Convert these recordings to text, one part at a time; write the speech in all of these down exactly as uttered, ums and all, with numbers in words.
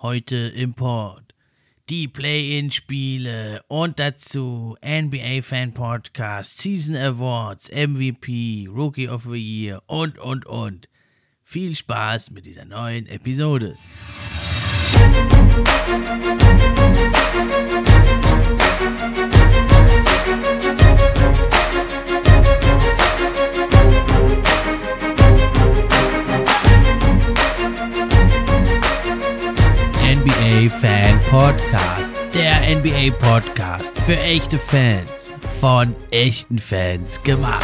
Heute im Pod. Die Play-In-Spiele und dazu N B A-Fan-Podcast, Season Awards, M V P, Rookie of the Year und, und, und. Viel Spaß mit dieser neuen Episode. N B A-Fan-Podcast, der N B A-Podcast für echte Fans, von echten Fans gemacht.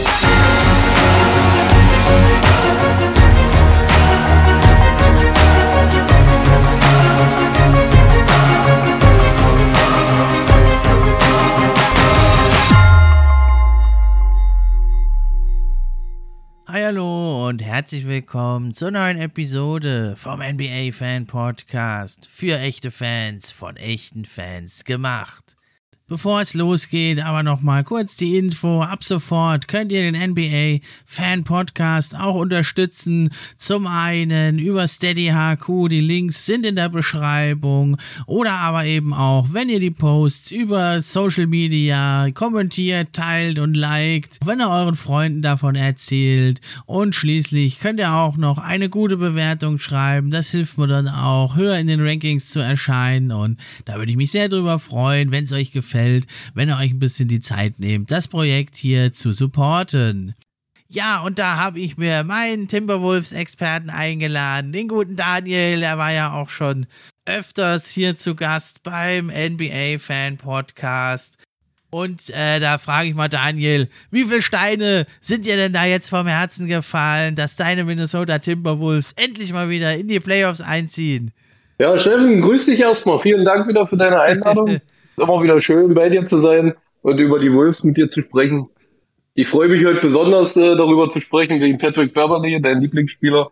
Hallo und herzlich willkommen zur neuen Episode vom N B A-Fan-Podcast für echte Fans, von echten Fans gemacht. Bevor es losgeht, aber nochmal kurz die Info. Ab sofort könnt ihr den N B A-Fan-Podcast auch unterstützen. Zum einen über Steady H Q, die Links sind in der Beschreibung. Oder aber eben auch, wenn ihr die Posts über Social Media kommentiert, teilt und liked. Wenn ihr euren Freunden davon erzählt. Und schließlich könnt ihr auch noch eine gute Bewertung schreiben. Das hilft mir dann auch, höher in den Rankings zu erscheinen. Und da würde ich mich sehr drüber freuen, wenn es euch gefällt. Wenn ihr euch ein bisschen die Zeit nehmt, das Projekt hier zu supporten. Ja, und da habe ich mir meinen Timberwolves-Experten eingeladen, den guten Daniel, der war ja auch schon öfters hier zu Gast beim N B A-Fan-Podcast. Und äh, da frage ich mal Daniel, wie viele Steine sind dir denn da jetzt vom Herzen gefallen, dass deine Minnesota Timberwolves endlich mal wieder in die Playoffs einziehen? Ja, Steffen, grüß dich erstmal. Vielen Dank wieder für deine Einladung. Ist immer wieder schön, bei dir zu sein und über die Wolves mit dir zu sprechen. Ich freue mich heute besonders, äh, darüber zu sprechen, wegen Patrick Beverley, dein Lieblingsspieler.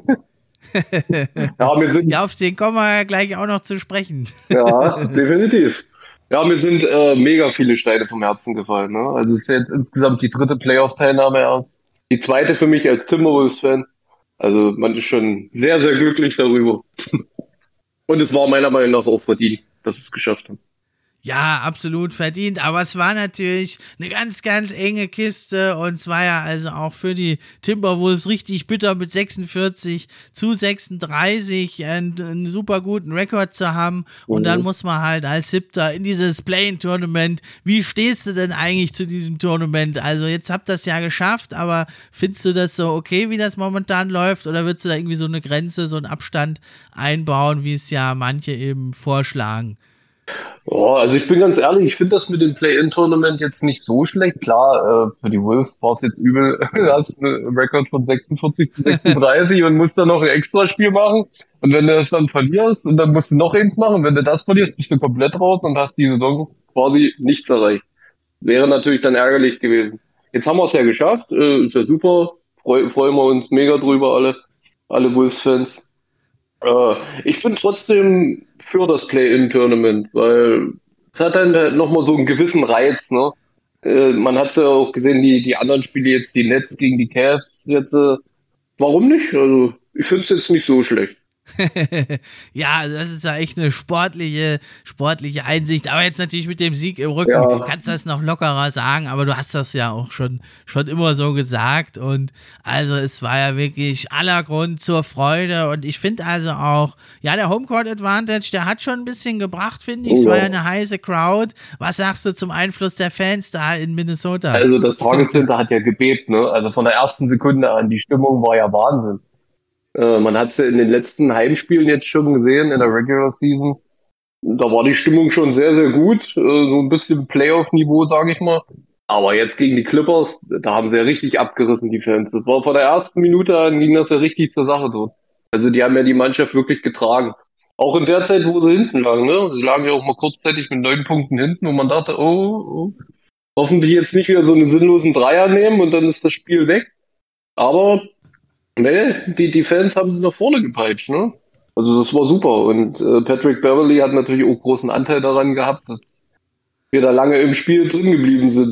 ja, wir sind, ja, auf den kommen wir ja gleich auch noch zu sprechen. ja, definitiv. Ja, mir sind äh, mega viele Steine vom Herzen gefallen. Ne? Also es ist jetzt insgesamt die dritte Playoff-Teilnahme erst. Die zweite für mich als Timberwolves-Fan. Also man ist schon sehr, sehr glücklich darüber. Und es war meiner Meinung nach auch verdient, dass sie es geschafft haben. Ja, absolut verdient, aber es war natürlich eine ganz, ganz enge Kiste und es war ja also auch für die Timberwolves richtig bitter mit sechsundvierzig zu sechsunddreißig einen, einen super guten Rekord zu haben und mhm. dann muss man halt als Siebter in dieses Play-In-Tournament. Wie stehst du denn eigentlich zu diesem Tournament? Also jetzt habt ihr das ja geschafft, aber findest du das so okay, wie das momentan läuft, oder würdest du da irgendwie so eine Grenze, so einen Abstand einbauen, wie es ja manche eben vorschlagen? Oh, also ich bin ganz ehrlich, ich finde das mit dem Play-In-Tournament jetzt nicht so schlecht. Klar, äh, für die Wolves war es jetzt übel. Du hast einen Rekord von sechsundvierzig zu sechsunddreißig und musst dann noch ein Extraspiel machen. Und wenn du das dann verlierst und dann musst du noch eins machen, wenn du das verlierst, bist du komplett raus und hast die Saison quasi nichts erreicht. Wäre natürlich dann ärgerlich gewesen. Jetzt haben wir es ja geschafft, äh, ist ja super. Freu, freuen wir uns mega drüber, alle, alle Wolves-Fans. Ich bin trotzdem für das Play-In-Tournament, weil es hat dann nochmal so einen gewissen Reiz, ne? Man hat es ja auch gesehen, die, die anderen Spiele jetzt, die Nets gegen die Cavs, jetzt, äh, warum nicht? Also, ich finde es jetzt nicht so schlecht. Ja, das ist ja echt eine sportliche, sportliche Einsicht. Aber jetzt natürlich mit dem Sieg im Rücken Ja. kannst du das noch lockerer sagen, aber du hast das ja auch schon, schon immer so gesagt. Und also es war ja wirklich aller Grund zur Freude. Und ich finde also auch, ja, der Homecourt Advantage, der hat schon ein bisschen gebracht, finde ich. Es war ja eine heiße Crowd. Was sagst du zum Einfluss der Fans da in Minnesota? Also das Target Center hat ja gebebt, ne? Also von der ersten Sekunde an, die Stimmung war ja Wahnsinn. Äh, man hat es ja in den letzten Heimspielen jetzt schon gesehen, in der Regular Season. Da war die Stimmung schon sehr, sehr gut. Äh, so ein bisschen Playoff-Niveau, sage ich mal. Aber jetzt gegen die Clippers, da haben sie ja richtig abgerissen, die Fans. Das war von der ersten Minute an, ging das ja richtig zur Sache dort. Also die haben ja die Mannschaft wirklich getragen. Auch in der Zeit, wo sie hinten lagen, ne? Sie lagen ja auch mal kurzzeitig mit neun Punkten hinten und man dachte, oh, oh, hoffentlich jetzt nicht wieder so einen sinnlosen Dreier nehmen und dann ist das Spiel weg. Aber nee, die, die Fans haben sie nach vorne gepeitscht, ne? Also das war super. Und äh, Patrick Beverley hat natürlich auch großen Anteil daran gehabt, dass wir da lange im Spiel drin geblieben sind.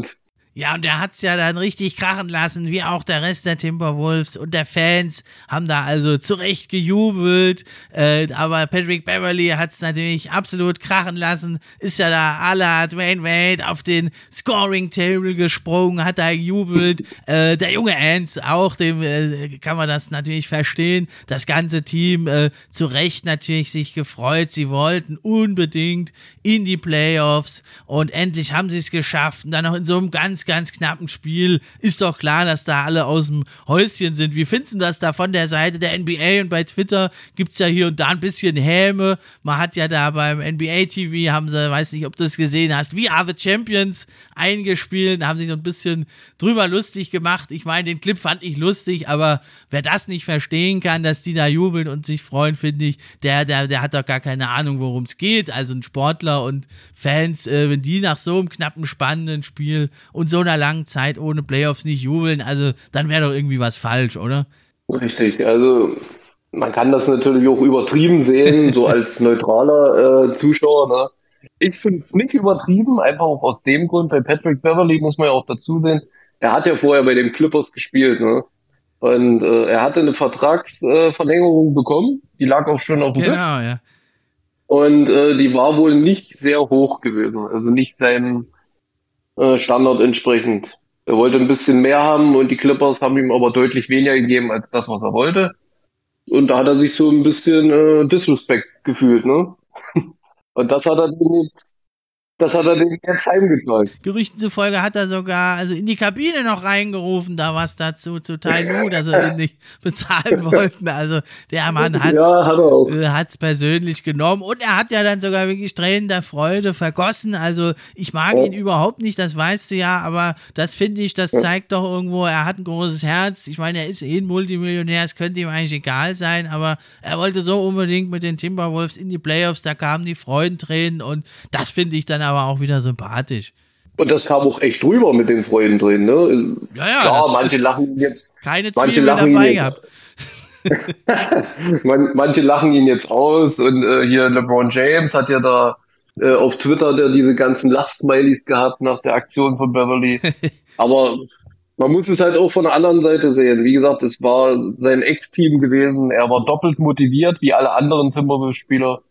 Ja, und der hat's ja dann richtig krachen lassen, wie auch der Rest der Timberwolves und der Fans haben da also zurecht gejubelt, äh, aber Patrick Beverley hat's natürlich absolut krachen lassen, ist ja da à la Dwayne Wade auf den Scoring-Table gesprungen, hat da gejubelt, äh, der junge Ants auch, dem äh, kann man das natürlich verstehen, das ganze Team äh, zu Recht natürlich sich gefreut, sie wollten unbedingt in die Playoffs und endlich haben sie es geschafft und dann noch in so einem ganz ganz knappen Spiel, ist doch klar, dass da alle aus dem Häuschen sind. Wie findest du das da von der Seite der N B A und bei Twitter gibt es ja hier und da ein bisschen Häme. Man hat ja da beim N B A-T V, haben sie, weiß nicht, ob du es gesehen hast, We Are the Champions eingespielt, haben sich so ein bisschen drüber lustig gemacht. Ich meine, den Clip fand ich lustig, aber wer das nicht verstehen kann, dass die da jubeln und sich freuen, finde ich, der, der, der hat doch gar keine Ahnung, worum es geht. Also ein Sportler und Fans, äh, wenn die nach so einem knappen, spannenden Spiel und so einer langen Zeit ohne Playoffs nicht jubeln, also dann wäre doch irgendwie was falsch, oder? Richtig, also man kann das natürlich auch übertrieben sehen, so als neutraler äh, Zuschauer. Ne? Ich finde es nicht übertrieben, einfach auch aus dem Grund, bei Patrick Beverley muss man ja auch dazu sehen, er hat ja vorher bei den Clippers gespielt, ne? Und äh, er hatte eine Vertragsverlängerung äh, bekommen, die lag auch schon auf dem Tisch. Genau, ja. Und äh, die war wohl nicht sehr hoch gewesen, also nicht seinem äh, Standard entsprechend. Er wollte ein bisschen mehr haben und die Clippers haben ihm aber deutlich weniger gegeben als das, was er wollte. Und da hat er sich so ein bisschen äh, Disrespect gefühlt, ne? Und das hat er den jetzt, das hat er den jetzt heimgezahlt. Gerüchten zufolge hat er sogar also in die Kabine noch reingerufen, da was dazu zu Tai Nu, dass er ihn nicht bezahlen wollten. Also der Mann hat's, ja, hat er auch. äh, hat's persönlich genommen und er hat ja dann sogar wirklich Tränen der Freude vergossen. Also ich mag Ja. ihn überhaupt nicht, das weißt du ja, aber das finde ich, das Ja. zeigt doch irgendwo, er hat ein großes Herz. Ich meine, er ist eh ein Multimillionär, es könnte ihm eigentlich egal sein, aber er wollte so unbedingt mit den Timberwolves in die Playoffs, da kamen die Freudentränen und das finde ich dann aber auch wieder sympathisch. Und das kam auch echt drüber mit den Freunden drin, ne? Ja, ja, Klar, das- manche lachen ihn jetzt, Keine manche Zwiebel lachen ihn dabei jetzt, gehabt. man, manche lachen ihn jetzt aus und äh, hier LeBron James hat ja da äh, auf Twitter der diese ganzen Lachsmilies gehabt nach der Aktion von Beverly. Aber man muss es halt auch von der anderen Seite sehen. Wie gesagt, es war sein Ex-Team gewesen. Er war doppelt motiviert wie alle anderen Timberwolves-Spieler.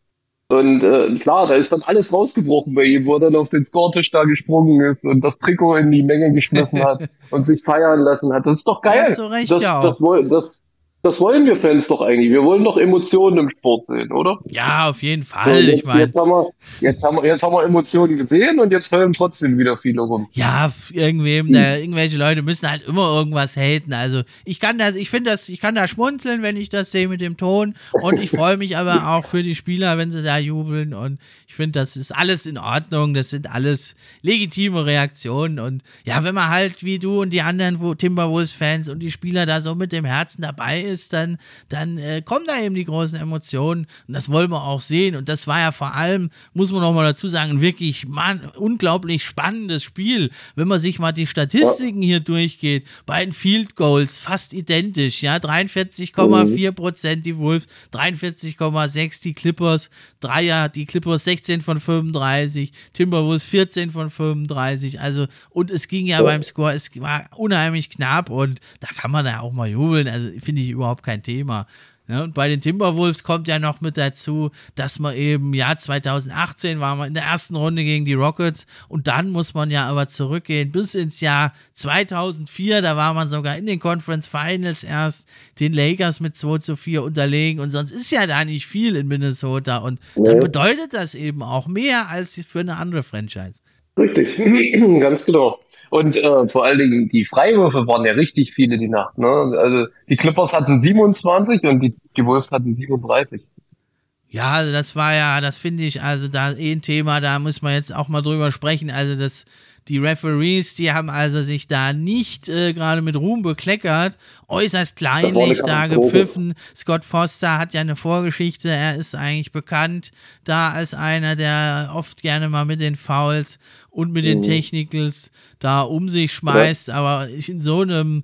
Und äh, klar, da ist dann alles rausgebrochen bei ihm, wo er dann auf den Scoretisch da gesprungen ist und das Trikot in die Menge geschmissen hat und sich feiern lassen hat. Das ist doch geil. Ja, zu Recht das, ja auch. das, woll- das, das wollen wir Fans doch eigentlich. Wir wollen doch Emotionen im Sport sehen, oder? Ja, auf jeden So, Fall. jetzt, Ich meine, jetzt, haben wir, jetzt, haben wir, jetzt haben wir Emotionen gesehen und jetzt heulen trotzdem wieder viele rum. ja, f- irgendwem, der, irgendwelche Leute müssen halt immer irgendwas haten. Also ich kann das, ich finde das, ich kann da schmunzeln, wenn ich das sehe mit dem Ton. Und ich freue mich aber auch für die Spieler, wenn sie da jubeln. Und ich finde, das ist alles in Ordnung. Das sind alles legitime Reaktionen. Und ja, wenn man halt wie du und die anderen wo- Timberwolves-Fans und die Spieler da so mit dem Herzen dabei ist, dann, dann äh, kommen da eben die großen Emotionen. Und das wollen wir auch sehen. Und das war ja vor allem, muss man noch mal dazu sagen, ein wirklich man, unglaublich spannendes Spiel. Wenn man sich mal die Statistiken hier durchgeht, bei den Field Goals fast identisch, ja, dreiundvierzig Komma vier Prozent die Wolves, dreiundvierzig Komma sechs die Clippers, Dreier, die Clippers sechzehn von fünfunddreißig, Timberwolves vierzehn von fünfunddreißig, also, und es ging ja beim Score, es war unheimlich knapp und da kann man ja auch mal jubeln, also finde ich überhaupt kein Thema. Ja, und bei den Timberwolves kommt ja noch mit dazu, dass man eben, ja, zweitausendachtzehn war man in der ersten Runde gegen die Rockets und dann muss man ja aber zurückgehen bis ins Jahr zweitausendvier, da war man sogar in den Conference Finals erst den Lakers mit zwei zu vier unterlegen und sonst ist ja da nicht viel in Minnesota und dann Nee. bedeutet das eben auch mehr als für eine andere Franchise. Richtig, ganz genau. Und äh, vor allen Dingen die Freiwürfe waren ja richtig viele die Nacht. Ne? Also die Clippers hatten siebenundzwanzig und die, die Wolves hatten siebenunddreißig. Ja, also das war ja, das finde ich, also da eh ein Thema, da muss man jetzt auch mal drüber sprechen. Also das, die Referees, die haben also sich da nicht äh, gerade mit Ruhm bekleckert, äußerst kleinlich da Katastrophe. gepfiffen. Scott Foster hat ja eine Vorgeschichte, er ist eigentlich bekannt da als einer, der oft gerne mal mit den Fouls und mit den Mhm. Technicals da um sich schmeißt, aber in so einem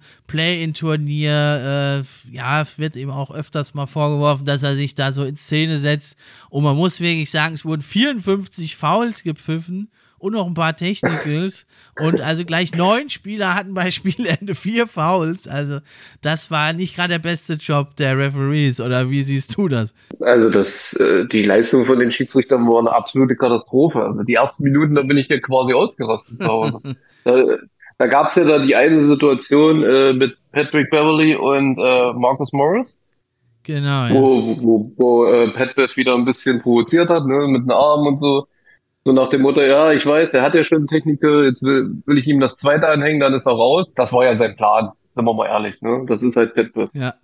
Play-in-Turnier, äh, ja, wird ihm auch öfters mal vorgeworfen, dass er sich da so in Szene setzt und man muss wirklich sagen, es wurden vierundfünfzig Fouls gepfiffen und noch ein paar Technicals und also gleich neun Spieler hatten bei Spielende vier Fouls, also das war nicht gerade der beste Job der Referees, oder wie siehst du das? Also das, äh, die Leistung von den Schiedsrichtern war eine absolute Katastrophe. Also die ersten Minuten, da bin ich ja quasi ausgerastet zu Hause. Da, da gab es ja dann die eine Situation äh, mit Patrick Beverley und äh, Marcus Morris, Genau, ja. wo, wo, wo äh, Pat Bev wieder ein bisschen provoziert hat, ne, mit den Armen und so. So nach dem Motto, ja, ich weiß, der hat ja schon Technical, jetzt will, will ich ihm das zweite anhängen, dann ist er raus. Das war ja sein Plan, sind wir mal ehrlich, ne? Das ist halt Pat Bev. Ja.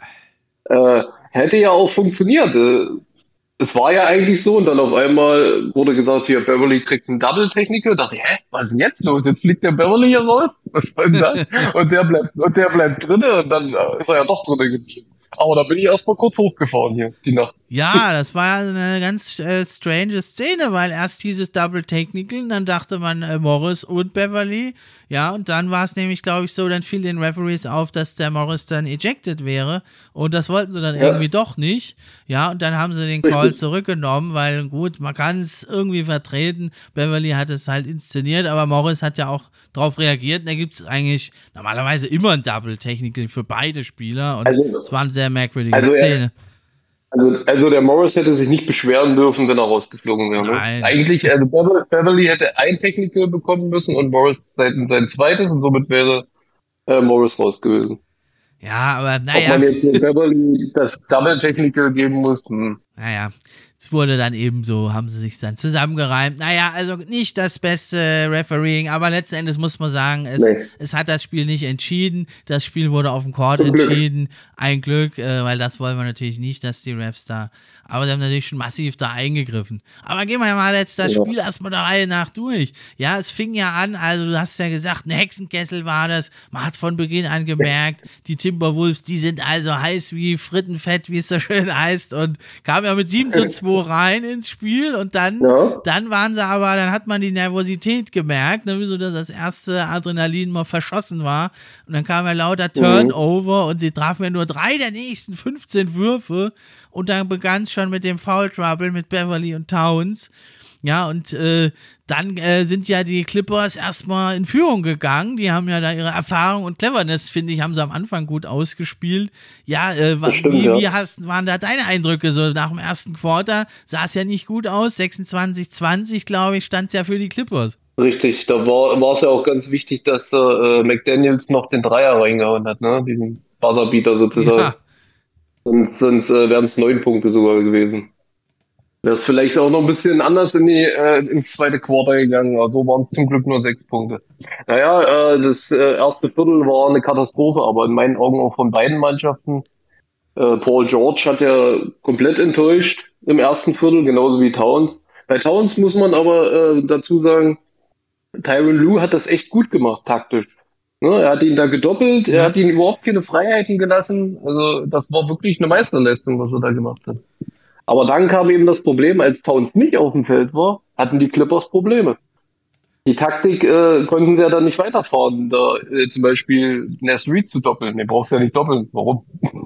Äh, hätte ja auch funktioniert. Äh, es war ja eigentlich so und dann auf einmal wurde gesagt, hier, Beverly kriegt einen Double-Technical. Dachte ich, hä, was ist denn jetzt los? Jetzt fliegt der Beverly hier raus? Was soll denn das? Und der bleibt, und der bleibt drinne und dann äh, ist er ja doch drinne geblieben. Aber da bin ich erstmal kurz hochgefahren hier, die Nacht. Ja, das war eine ganz äh, strange Szene, weil erst hieß es Double Technical, dann dachte man äh, Morris und Beverly, ja, und dann war es nämlich, glaube ich, so, dann fiel den Referees auf, dass der Morris dann ejected wäre und das wollten sie dann Ja. irgendwie doch nicht, ja, und dann haben sie den Call zurückgenommen, weil gut, man kann es irgendwie vertreten, Beverly hat es halt inszeniert, aber Morris hat ja auch drauf reagiert und da gibt es eigentlich normalerweise immer ein Double Technical für beide Spieler und Also- es war eine sehr merkwürdige Also er- Szene. Also, also der Morris hätte sich nicht beschweren dürfen, wenn er rausgeflogen wäre. Ne? Nein. Eigentlich, also Bever- Beverly hätte ein Technical bekommen müssen und Morris sein, sein zweites und somit wäre äh, Morris raus gewesen. Ja, aber Ob naja. man jetzt Beverly das Double Technical geben muss, hm. Naja, es wurde dann eben so, haben sie sich dann zusammengereimt. Naja, also nicht das beste Refereeing, aber letzten Endes muss man sagen, es, Nee. es hat das Spiel nicht entschieden. Das Spiel wurde auf dem Court Zum Glück. entschieden. Ein Glück, äh, weil das wollen wir natürlich nicht, dass die Refs da, aber sie haben natürlich schon massiv da eingegriffen. Aber gehen wir ja mal jetzt das Ja. Spiel erstmal der Reihe nach durch. Ja, es fing ja an, also du hast ja gesagt, ein Hexenkessel war das. Man hat von Beginn an gemerkt, die Timberwolves, die sind also heiß wie Frittenfett, wie es so schön heißt, und kamen ja mit sieben zu zwei rein ins Spiel und dann, Ja. dann waren sie aber, dann hat man die Nervosität gemerkt, ne, wie so dass das erste Adrenalin mal verschossen war und dann kam ja lauter Turnover und sie trafen ja nur drei der nächsten fünfzehn Würfe und dann begann es schon mit dem Foul Trouble mit Beverly und Towns. Ja, und äh, dann äh, sind ja die Clippers erstmal in Führung gegangen. Die haben ja da ihre Erfahrung und Cleverness, finde ich, haben sie am Anfang gut ausgespielt. Ja, äh, wa- Das stimmt, wie, ja. wie hast, waren da deine Eindrücke so nach dem ersten Quarter? Sah es ja nicht gut aus. sechsundzwanzig zwanzig, glaube ich, stand es ja für die Clippers. Richtig, da war war es ja auch ganz wichtig, dass der äh, McDaniels noch den Dreier reingehauen hat, ne? Diesen Buzzerbeater sozusagen. Ja, Sonst, sonst äh, wären es neun Punkte sogar gewesen. Wäre es vielleicht auch noch ein bisschen anders in die, äh, ins zweite Quarter gegangen, aber so waren es zum Glück nur sechs Punkte. Naja, äh, das äh, erste Viertel war eine Katastrophe, aber in meinen Augen auch von beiden Mannschaften. Äh, Paul George hat ja komplett enttäuscht im ersten Viertel, genauso wie Towns. Bei Towns muss man aber äh, dazu sagen, Tyronn Lue hat das echt gut gemacht, taktisch. Ne, er hat ihn da gedoppelt, er Ja. hat ihn überhaupt keine Freiheiten gelassen. Also das war wirklich eine Meisterleistung, was er da gemacht hat. Aber dann kam eben das Problem, als Towns nicht auf dem Feld war, hatten die Clippers Probleme. Die Taktik äh, konnten sie ja dann nicht weiterfahren, da äh, zum Beispiel Ness Reed zu doppeln. Den brauchst du ja nicht doppeln. Warum?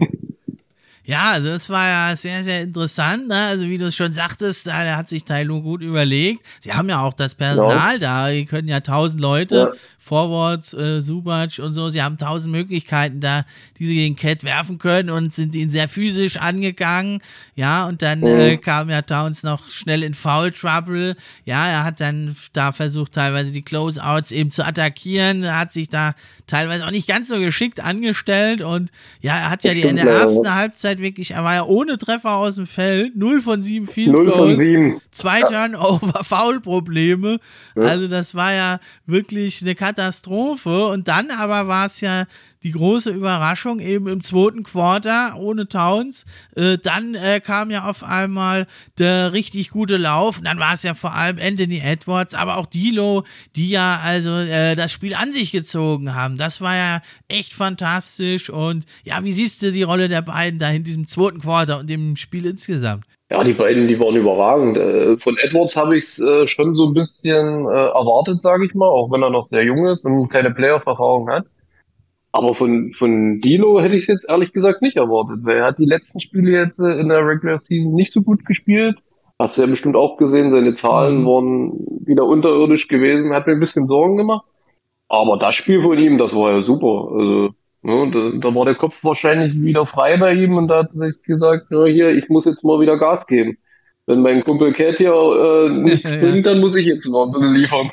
Ja, also das war ja sehr, sehr interessant. Ne? Also wie du es schon sagtest, da da hat sich Tai Lue gut überlegt. Sie haben ja auch das Personal da. Die können ja tausend Leute, Ja. Forwards, äh, Subac und so. Sie haben tausend Möglichkeiten da, die sie gegen Cat werfen können und sind ihn sehr physisch angegangen. Ja, und dann Mhm. äh, kam ja Towns noch schnell in Foul Trouble. Ja, er hat dann da versucht, teilweise die Closeouts eben zu attackieren. Er hat sich da teilweise auch nicht ganz so geschickt angestellt und ja, er hat ja die, in Stimmt, der leider, ersten ja. Halbzeit wirklich, er war ja ohne Treffer aus dem Feld, null von sieben Field null von Goals, sieben. zwei Turnover, Foul-Probleme. Ja. Also das war ja wirklich eine Katastrophe. Und dann aber war es ja die große Überraschung eben im zweiten Quarter ohne Towns. Äh, dann äh, kam ja auf einmal der richtig gute Lauf. Und dann war es ja vor allem Anthony Edwards, aber auch D'Lo, die ja also äh, das Spiel an sich gezogen haben. Das war ja echt fantastisch. Und ja, wie siehst du die Rolle der beiden da in diesem zweiten Quarter und dem Spiel insgesamt? Ja, die beiden, die waren überragend. Äh, Von Edwards habe ich es äh, schon so ein bisschen äh, erwartet, sage ich mal, auch wenn er noch sehr jung ist und keine Playoff-Erfahrung hat. Aber von, von D'Lo hätte ich es jetzt ehrlich gesagt nicht erwartet, weil er hat die letzten Spiele jetzt äh, in der Regular Season nicht so gut gespielt. Hast du ja bestimmt auch gesehen, seine Zahlen Mhm. waren wieder unterirdisch gewesen, hat mir ein bisschen Sorgen gemacht. Aber das Spiel von ihm, das war ja super. Also, ne, da, da war der Kopf wahrscheinlich wieder frei bei ihm und da hat er sich gesagt, ja, hier, ich muss jetzt mal wieder Gas geben. Wenn mein Kumpel Cat hier äh, nichts Ja. bringt, dann muss ich jetzt mal ein bisschen liefern.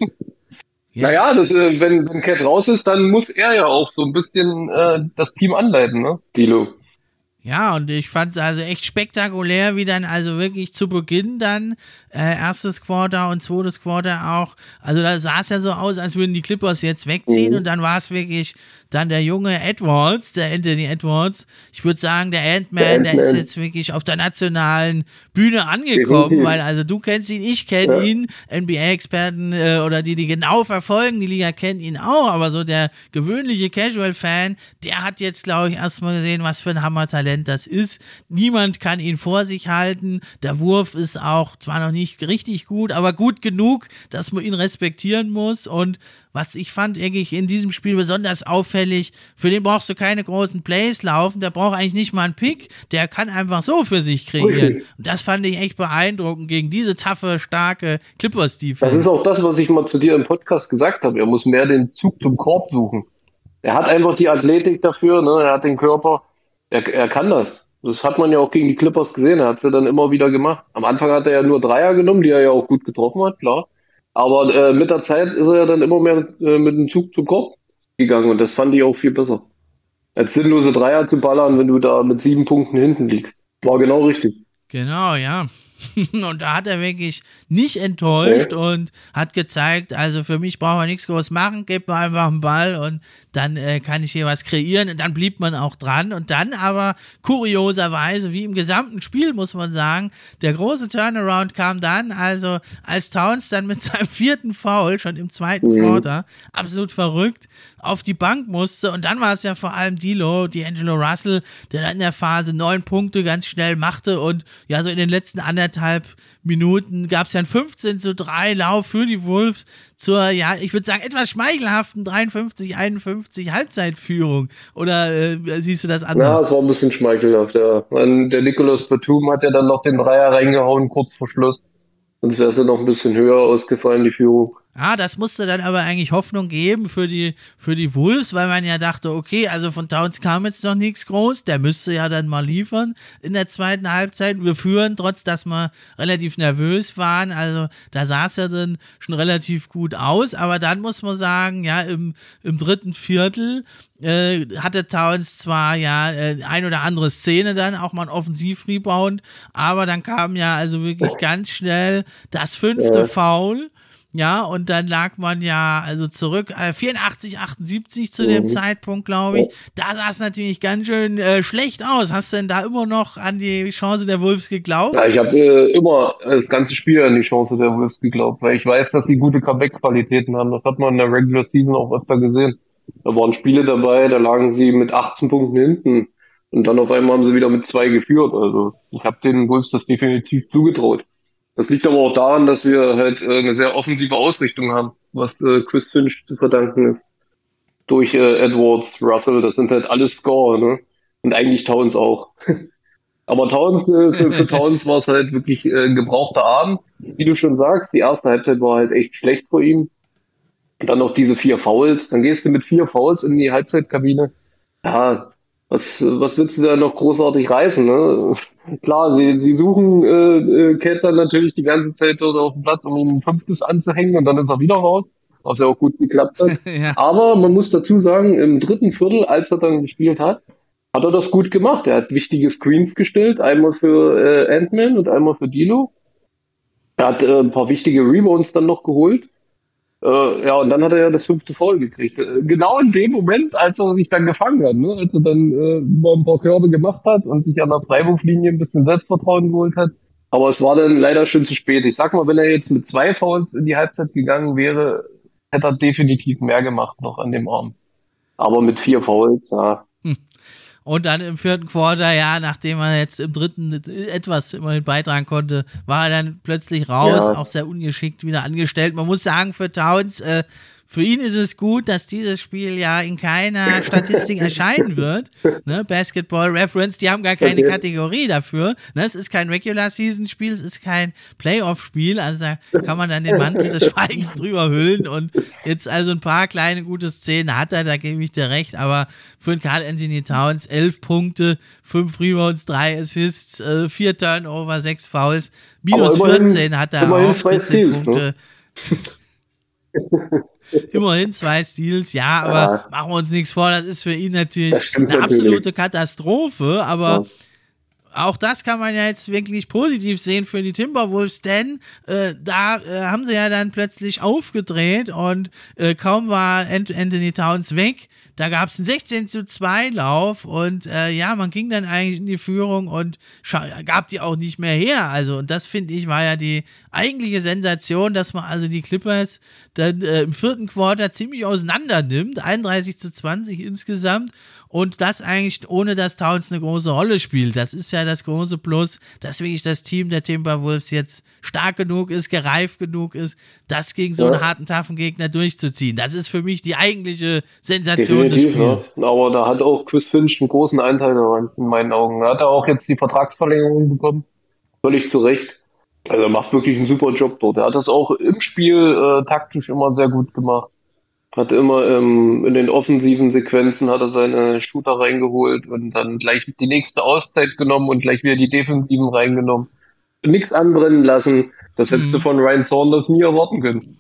Ja, Naja, das, äh, wenn, wenn Cat raus ist, dann muss er ja auch so ein bisschen äh, das Team anleiten, ne? Dilo. Ja, und ich fand es also echt spektakulär, wie dann also wirklich zu Beginn dann äh, erstes Quarter und zweites Quarter auch, also da sah es ja so aus, als würden die Clippers jetzt wegziehen Mhm. und dann war es wirklich dann der junge Edwards, der Anthony Edwards. Ich würde sagen, der Der Ant-Man, der ist Ant-Man, jetzt wirklich auf der nationalen Bühne angekommen, definitiv. weil also du kennst ihn, ich kenne Ja. ihn, N B A-Experten äh, oder die, die genau verfolgen, die Liga kennen ihn auch, aber so der gewöhnliche Casual-Fan, der hat jetzt, glaube ich, erstmal gesehen, was für ein Hammertalent das ist. Niemand kann ihn vor sich halten. Der Wurf ist auch zwar noch nicht richtig gut, aber gut genug, dass man ihn respektieren muss. Und was ich fand eigentlich in diesem Spiel besonders auffällig, für den brauchst du keine großen Plays laufen, der braucht eigentlich nicht mal einen Pick, der kann einfach so für sich kreieren. Und das fand ich echt beeindruckend gegen diese taffe, starke Das ist Clippers-Defense. auch das, was ich mal zu dir im Podcast gesagt habe. Er muss mehr den Zug zum Korb suchen. Er hat einfach die Athletik dafür, ne? Er hat den Körper. Er, er kann das. Das hat man ja auch gegen die Clippers gesehen. Er hat es ja dann immer wieder gemacht. Am Anfang hat er ja nur Dreier genommen, die er ja auch gut getroffen hat, klar. Aber äh, mit der Zeit ist er ja dann immer mehr äh, mit dem Zug zum Korb gegangen und das fand ich auch viel besser. Als sinnlose Dreier zu ballern, wenn du da mit sieben Punkten hinten liegst. War genau richtig. Genau, ja. Und da hat er wirklich nicht enttäuscht Nee? und hat gezeigt, also für mich braucht man nichts groß machen, gebt mir einfach einen Ball und dann äh, kann ich hier was kreieren und dann blieb man auch dran und dann aber kurioserweise, wie im gesamten Spiel muss man sagen, der große Turnaround kam dann, also als Towns dann mit seinem vierten Foul, schon im zweiten Mhm. Quarter, absolut verrückt, auf die Bank musste und dann war es ja vor allem D'Lo, D'Angelo Russell, der dann in der Phase neun Punkte ganz schnell machte und ja so in den letzten anderthalb Minuten gab es ja einen fünfzehn zu drei Lauf für die Wolves zur, ja, ich würde sagen, etwas schmeichelhaften dreiundfünfzig einundfünfzig Halbzeitführung. Oder äh, siehst du das anders? Ja, es war ein bisschen schmeichelhaft, ja. Und der Nicolas Batum hat ja dann noch den Dreier reingehauen, kurz vor Schluss. Sonst wäre es ja noch ein bisschen höher ausgefallen, die Führung. Ja, das musste dann aber eigentlich Hoffnung geben für die, für die Wolves, weil man ja dachte, okay, also von Towns kam jetzt noch nichts groß, der müsste ja dann mal liefern in der zweiten Halbzeit. Wir führen, trotz dass wir relativ nervös waren, also da sah es ja dann schon relativ gut aus, aber dann muss man sagen, ja, im, im dritten Viertel äh, hatte Towns zwar ja äh, ein oder andere Szene dann, auch mal ein Offensiv-Rebound, aber dann kam ja also wirklich ganz schnell das fünfte Ja. Foul. Ja, und dann lag man ja also zurück, äh, vierundachtzig achtundsiebzig zu dem Mhm. Zeitpunkt, glaube ich. Da sah es natürlich ganz schön äh, schlecht aus. Hast du denn da immer noch an die Chance der Wolves geglaubt? Ja, ich habe äh, immer das ganze Spiel an die Chance der Wolves geglaubt, weil ich weiß, dass sie gute Comeback-Qualitäten haben. Das hat man in der Regular Season auch öfter gesehen. Da waren Spiele dabei, da lagen sie mit achtzehn Punkten hinten und dann auf einmal haben sie wieder mit zwei geführt. Also ich habe den Wolves das definitiv zugetraut. Das liegt aber auch daran, dass wir halt äh, eine sehr offensive Ausrichtung haben, was äh, Chris Finch zu verdanken ist. Durch äh, Edwards, Russell, das sind halt alles Scorer, ne? Und eigentlich Towns auch. Aber Towns, äh, für, für Towns war es halt wirklich äh, ein gebrauchter Abend. Wie du schon sagst, die erste Halbzeit war halt echt schlecht vor ihm. Und dann noch diese vier Fouls. Dann gehst du mit vier Fouls in die Halbzeitkabine. Ja, was, was willst du da noch großartig reißen, ne? Klar, sie, sie suchen äh, äh, Cat dann natürlich die ganze Zeit dort auf dem Platz, um ihm ein fünftes anzuhängen und dann ist er wieder raus, was ja auch gut geklappt hat. Ja. Aber man muss dazu sagen, im dritten Viertel, als er dann gespielt hat, hat er das gut gemacht. Er hat wichtige Screens gestellt, einmal für äh, Ant-Man und einmal für D'Lo. Er hat äh, ein paar wichtige Rebounds dann noch geholt. Äh, ja, und dann hat er ja das fünfte Foul gekriegt. Äh, genau in dem Moment, als er sich dann gefangen hat, ne? Als er dann äh, mal ein paar Körbe gemacht hat und sich an der Freiwurflinie ein bisschen Selbstvertrauen geholt hat. Aber es war dann leider schon zu spät. Ich sag mal, wenn er jetzt mit zwei Fouls in die Halbzeit gegangen wäre, hätte er definitiv mehr gemacht noch an dem Arm. Aber mit vier Fouls, ja. Und dann im vierten Quarter, ja, nachdem er jetzt im dritten etwas immerhin beitragen konnte, war er dann plötzlich raus, Ja. auch sehr ungeschickt wieder angestellt. Man muss sagen, für Towns, äh, für ihn ist es gut, dass dieses Spiel ja in keiner Statistik erscheinen wird. Ne? Basketball Reference, die haben gar keine okay. Kategorie dafür. Ne? Es ist kein Regular-Season-Spiel, es ist kein Playoff-Spiel. Also da kann man dann den Mantel des Schweigens drüber hüllen. Und jetzt also ein paar kleine gute Szenen hat er, da gebe ich dir recht. Aber für einen Karl Anthony Towns elf Punkte, fünf Rebounds, drei Assists, äh, vier Turnover, sechs Fouls, minus immerhin, vierzehn hat er auch, vierzehn Steals, Punkte. Ne? Immerhin zwei Steals, ja, aber ja. machen wir uns nichts vor, das ist für ihn natürlich eine natürlich. absolute Katastrophe, aber ja. auch das kann man ja jetzt wirklich positiv sehen für die Timberwolves, denn äh, da äh, haben sie ja dann plötzlich aufgedreht und äh, kaum war Anthony Towns weg, da gab es einen sechzehn zu zwei Lauf und äh, ja, man ging dann eigentlich in die Führung und gab die auch nicht mehr her. Also, und das finde ich war ja die eigentliche Sensation, dass man also die Clippers dann äh, im vierten Quarter ziemlich auseinander nimmt, einunddreißig zu zwanzig insgesamt. Und das eigentlich ohne, dass Towns eine große Rolle spielt. Das ist ja das große Plus, dass wirklich das Team der Timberwolves jetzt stark genug ist, gereift genug ist, das gegen so einen ja. harten, taffen Gegner durchzuziehen. Das ist für mich die eigentliche Sensation Definitiv, des Spiels. Ja. Aber da hat auch Chris Finch einen großen Anteil daran, in meinen Augen. Er hat auch jetzt die Vertragsverlängerung bekommen. Völlig zu Recht. Also er macht wirklich einen super Job dort. Er hat das auch im Spiel äh, taktisch immer sehr gut gemacht. Hat immer ähm, in den offensiven Sequenzen hat er seine Shooter reingeholt und dann gleich die nächste Auszeit genommen und gleich wieder die Defensiven reingenommen. Nichts anbrennen lassen. Das hättest mhm. du von Ryan Saunders nie erwarten können.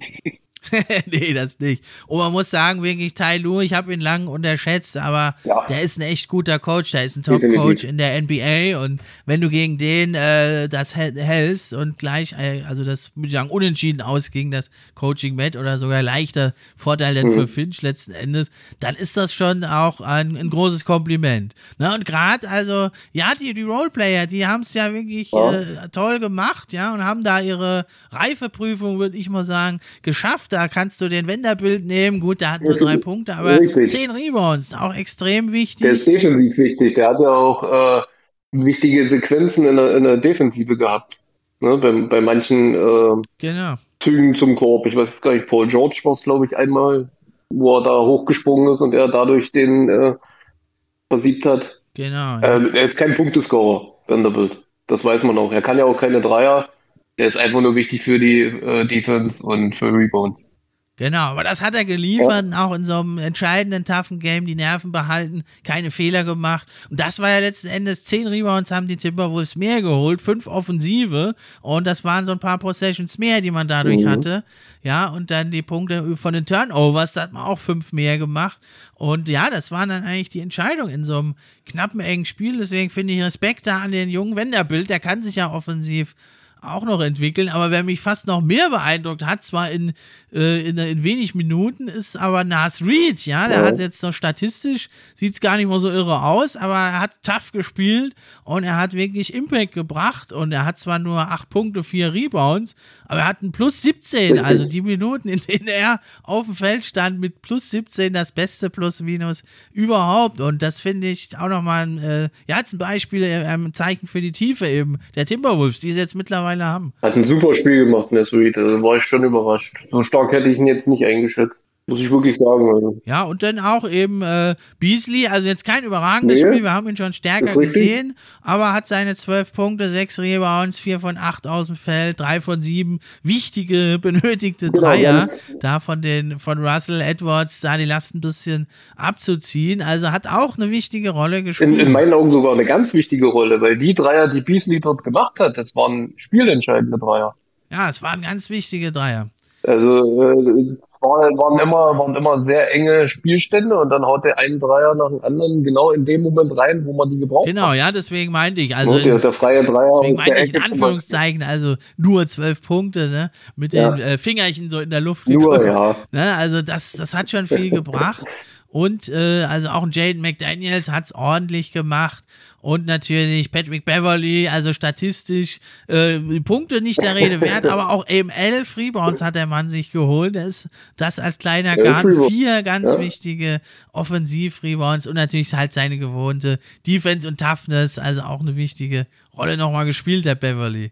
Nee, das nicht. Und man muss sagen, wirklich Ty Lue, ich habe ihn lange unterschätzt, aber ja. der ist ein echt guter Coach, der ist ein Top-Coach in der N B A und wenn du gegen den äh, das hältst und gleich, äh, also das würde ich sagen, unentschieden ausging, das Coaching-Met oder sogar leichter Vorteil denn mhm. für Finch letzten Endes, dann ist das schon auch ein, ein großes Kompliment. Ne? Und gerade, also, ja, die, die Roleplayer, die haben es ja wirklich ja. Äh, toll gemacht, ja, und haben da ihre Reifeprüfung, würde ich mal sagen, geschafft. Da kannst du den Vanderbilt nehmen, gut, der hat nur drei Punkte, aber richtig. zehn Rebounds, auch extrem wichtig. Der ist defensiv wichtig, der hat ja auch äh, wichtige Sequenzen in der, in der Defensive gehabt, ne? bei, bei manchen äh, genau. Zügen zum Korb, ich weiß es gar nicht, Paul George war es glaube ich einmal, wo er da hochgesprungen ist und er dadurch den äh, versiebt hat. Genau. Ja. Ähm, er ist kein Punktescorer, Vanderbilt, das weiß man auch, er kann ja auch keine Dreier. Der ist einfach nur wichtig für die äh, Defense und für Rebounds. Genau, aber das hat er geliefert, ja. auch in so einem entscheidenden, toughen Game, die Nerven behalten, keine Fehler gemacht. Und das war ja letzten Endes, zehn Rebounds haben die Timberwolves mehr geholt, fünf Offensive und das waren so ein paar Possessions mehr, die man dadurch mhm. hatte. Ja, und dann die Punkte von den Turnovers, da hat man auch fünf mehr gemacht. Und ja, das waren dann eigentlich die Entscheidungen in so einem knappen, engen Spiel. Deswegen finde ich Respekt da an den jungen Vanderbilt, der kann sich ja offensiv auch noch entwickeln, aber wer mich fast noch mehr beeindruckt hat, zwar in, äh, in, in wenig Minuten, ist aber Naz Reid, ja, der ja. hat jetzt noch statistisch, sieht es gar nicht mal so irre aus, aber er hat tough gespielt und er hat wirklich Impact gebracht und er hat zwar nur acht Punkte, vier Rebounds, aber er hat ein plus siebzehn, also die Minuten, in denen er auf dem Feld stand, mit plus siebzehn das beste Plus-Minus überhaupt und das finde ich auch nochmal ein, äh, ja, ein Beispiel, äh, ein Zeichen für die Tiefe eben der Timberwolves, die ist jetzt mittlerweile haben. Hat ein super Spiel gemacht, Naz Reid. Also war ich schon überrascht. So stark hätte ich ihn jetzt nicht eingeschätzt. Muss ich wirklich sagen. Also. Ja, und dann auch eben äh, Beasley, also jetzt kein überragendes nee, Spiel, wir haben ihn schon stärker gesehen, aber hat seine zwölf Punkte, sechs Rebounds, vier von acht aus dem Feld, drei von sieben wichtige, benötigte genau, Dreier, da von den von Russell Edwards, da die Last ein bisschen abzuziehen, also hat auch eine wichtige Rolle gespielt. In, in meinen Augen sogar eine ganz wichtige Rolle, weil die Dreier, die Beasley dort gemacht hat, das waren spielentscheidende Dreier. Ja, es waren ganz wichtige Dreier. Also äh, es waren, waren, immer, waren immer sehr enge Spielstände und dann haut der einen Dreier nach dem anderen genau in dem Moment rein, wo man die gebraucht genau, hat. Genau, ja, deswegen meinte ich. Also der, der freie Dreier. Deswegen meinte ich in Anführungszeichen, also nur zwölf Punkte, ne? Mit ja. den äh, Fingerchen so in der Luft geguckt. Nur, ja. Ne? Also das, das hat schon viel gebracht. Und äh, also auch ein Jaden McDaniels hat es ordentlich gemacht. Und natürlich Patrick Beverley, also statistisch äh, Punkte nicht der Rede wert, aber auch eben elf Rebounds hat der Mann sich geholt. Das, ist, das als kleiner Garn, vier ganz ja. wichtige Offensiv-Rebounds und natürlich halt seine gewohnte Defense und Toughness, also auch eine wichtige Rolle nochmal gespielt, der Beverley.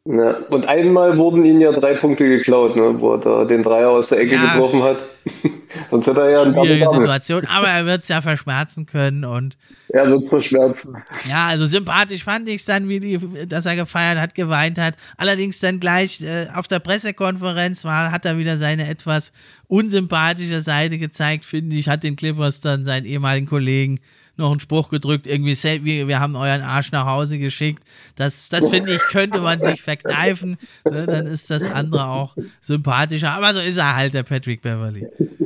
Ja. Und einmal wurden ihnen ja drei Punkte geklaut, ne, wo er da den Dreier aus der Ecke Ja, getroffen hat. Sonst hätte er ja ein schwierige Double-Double. Situation, aber er wird es ja verschmerzen können und Er wird es verschmerzen. ja, also sympathisch fand ich es dann, wie die, dass er gefeiert hat, geweint hat. Allerdings dann gleich äh, auf der Pressekonferenz war, hat er wieder seine etwas unsympathische Seite gezeigt, finde ich, hat den Clippers dann seinen ehemaligen Kollegen noch einen Spruch gedrückt, irgendwie, wir, wir haben euren Arsch nach Hause geschickt. Das, das finde ich, könnte man sich verkneifen, ne? Dann ist das andere auch sympathischer. Aber so ist er halt, der Patrick Beverley.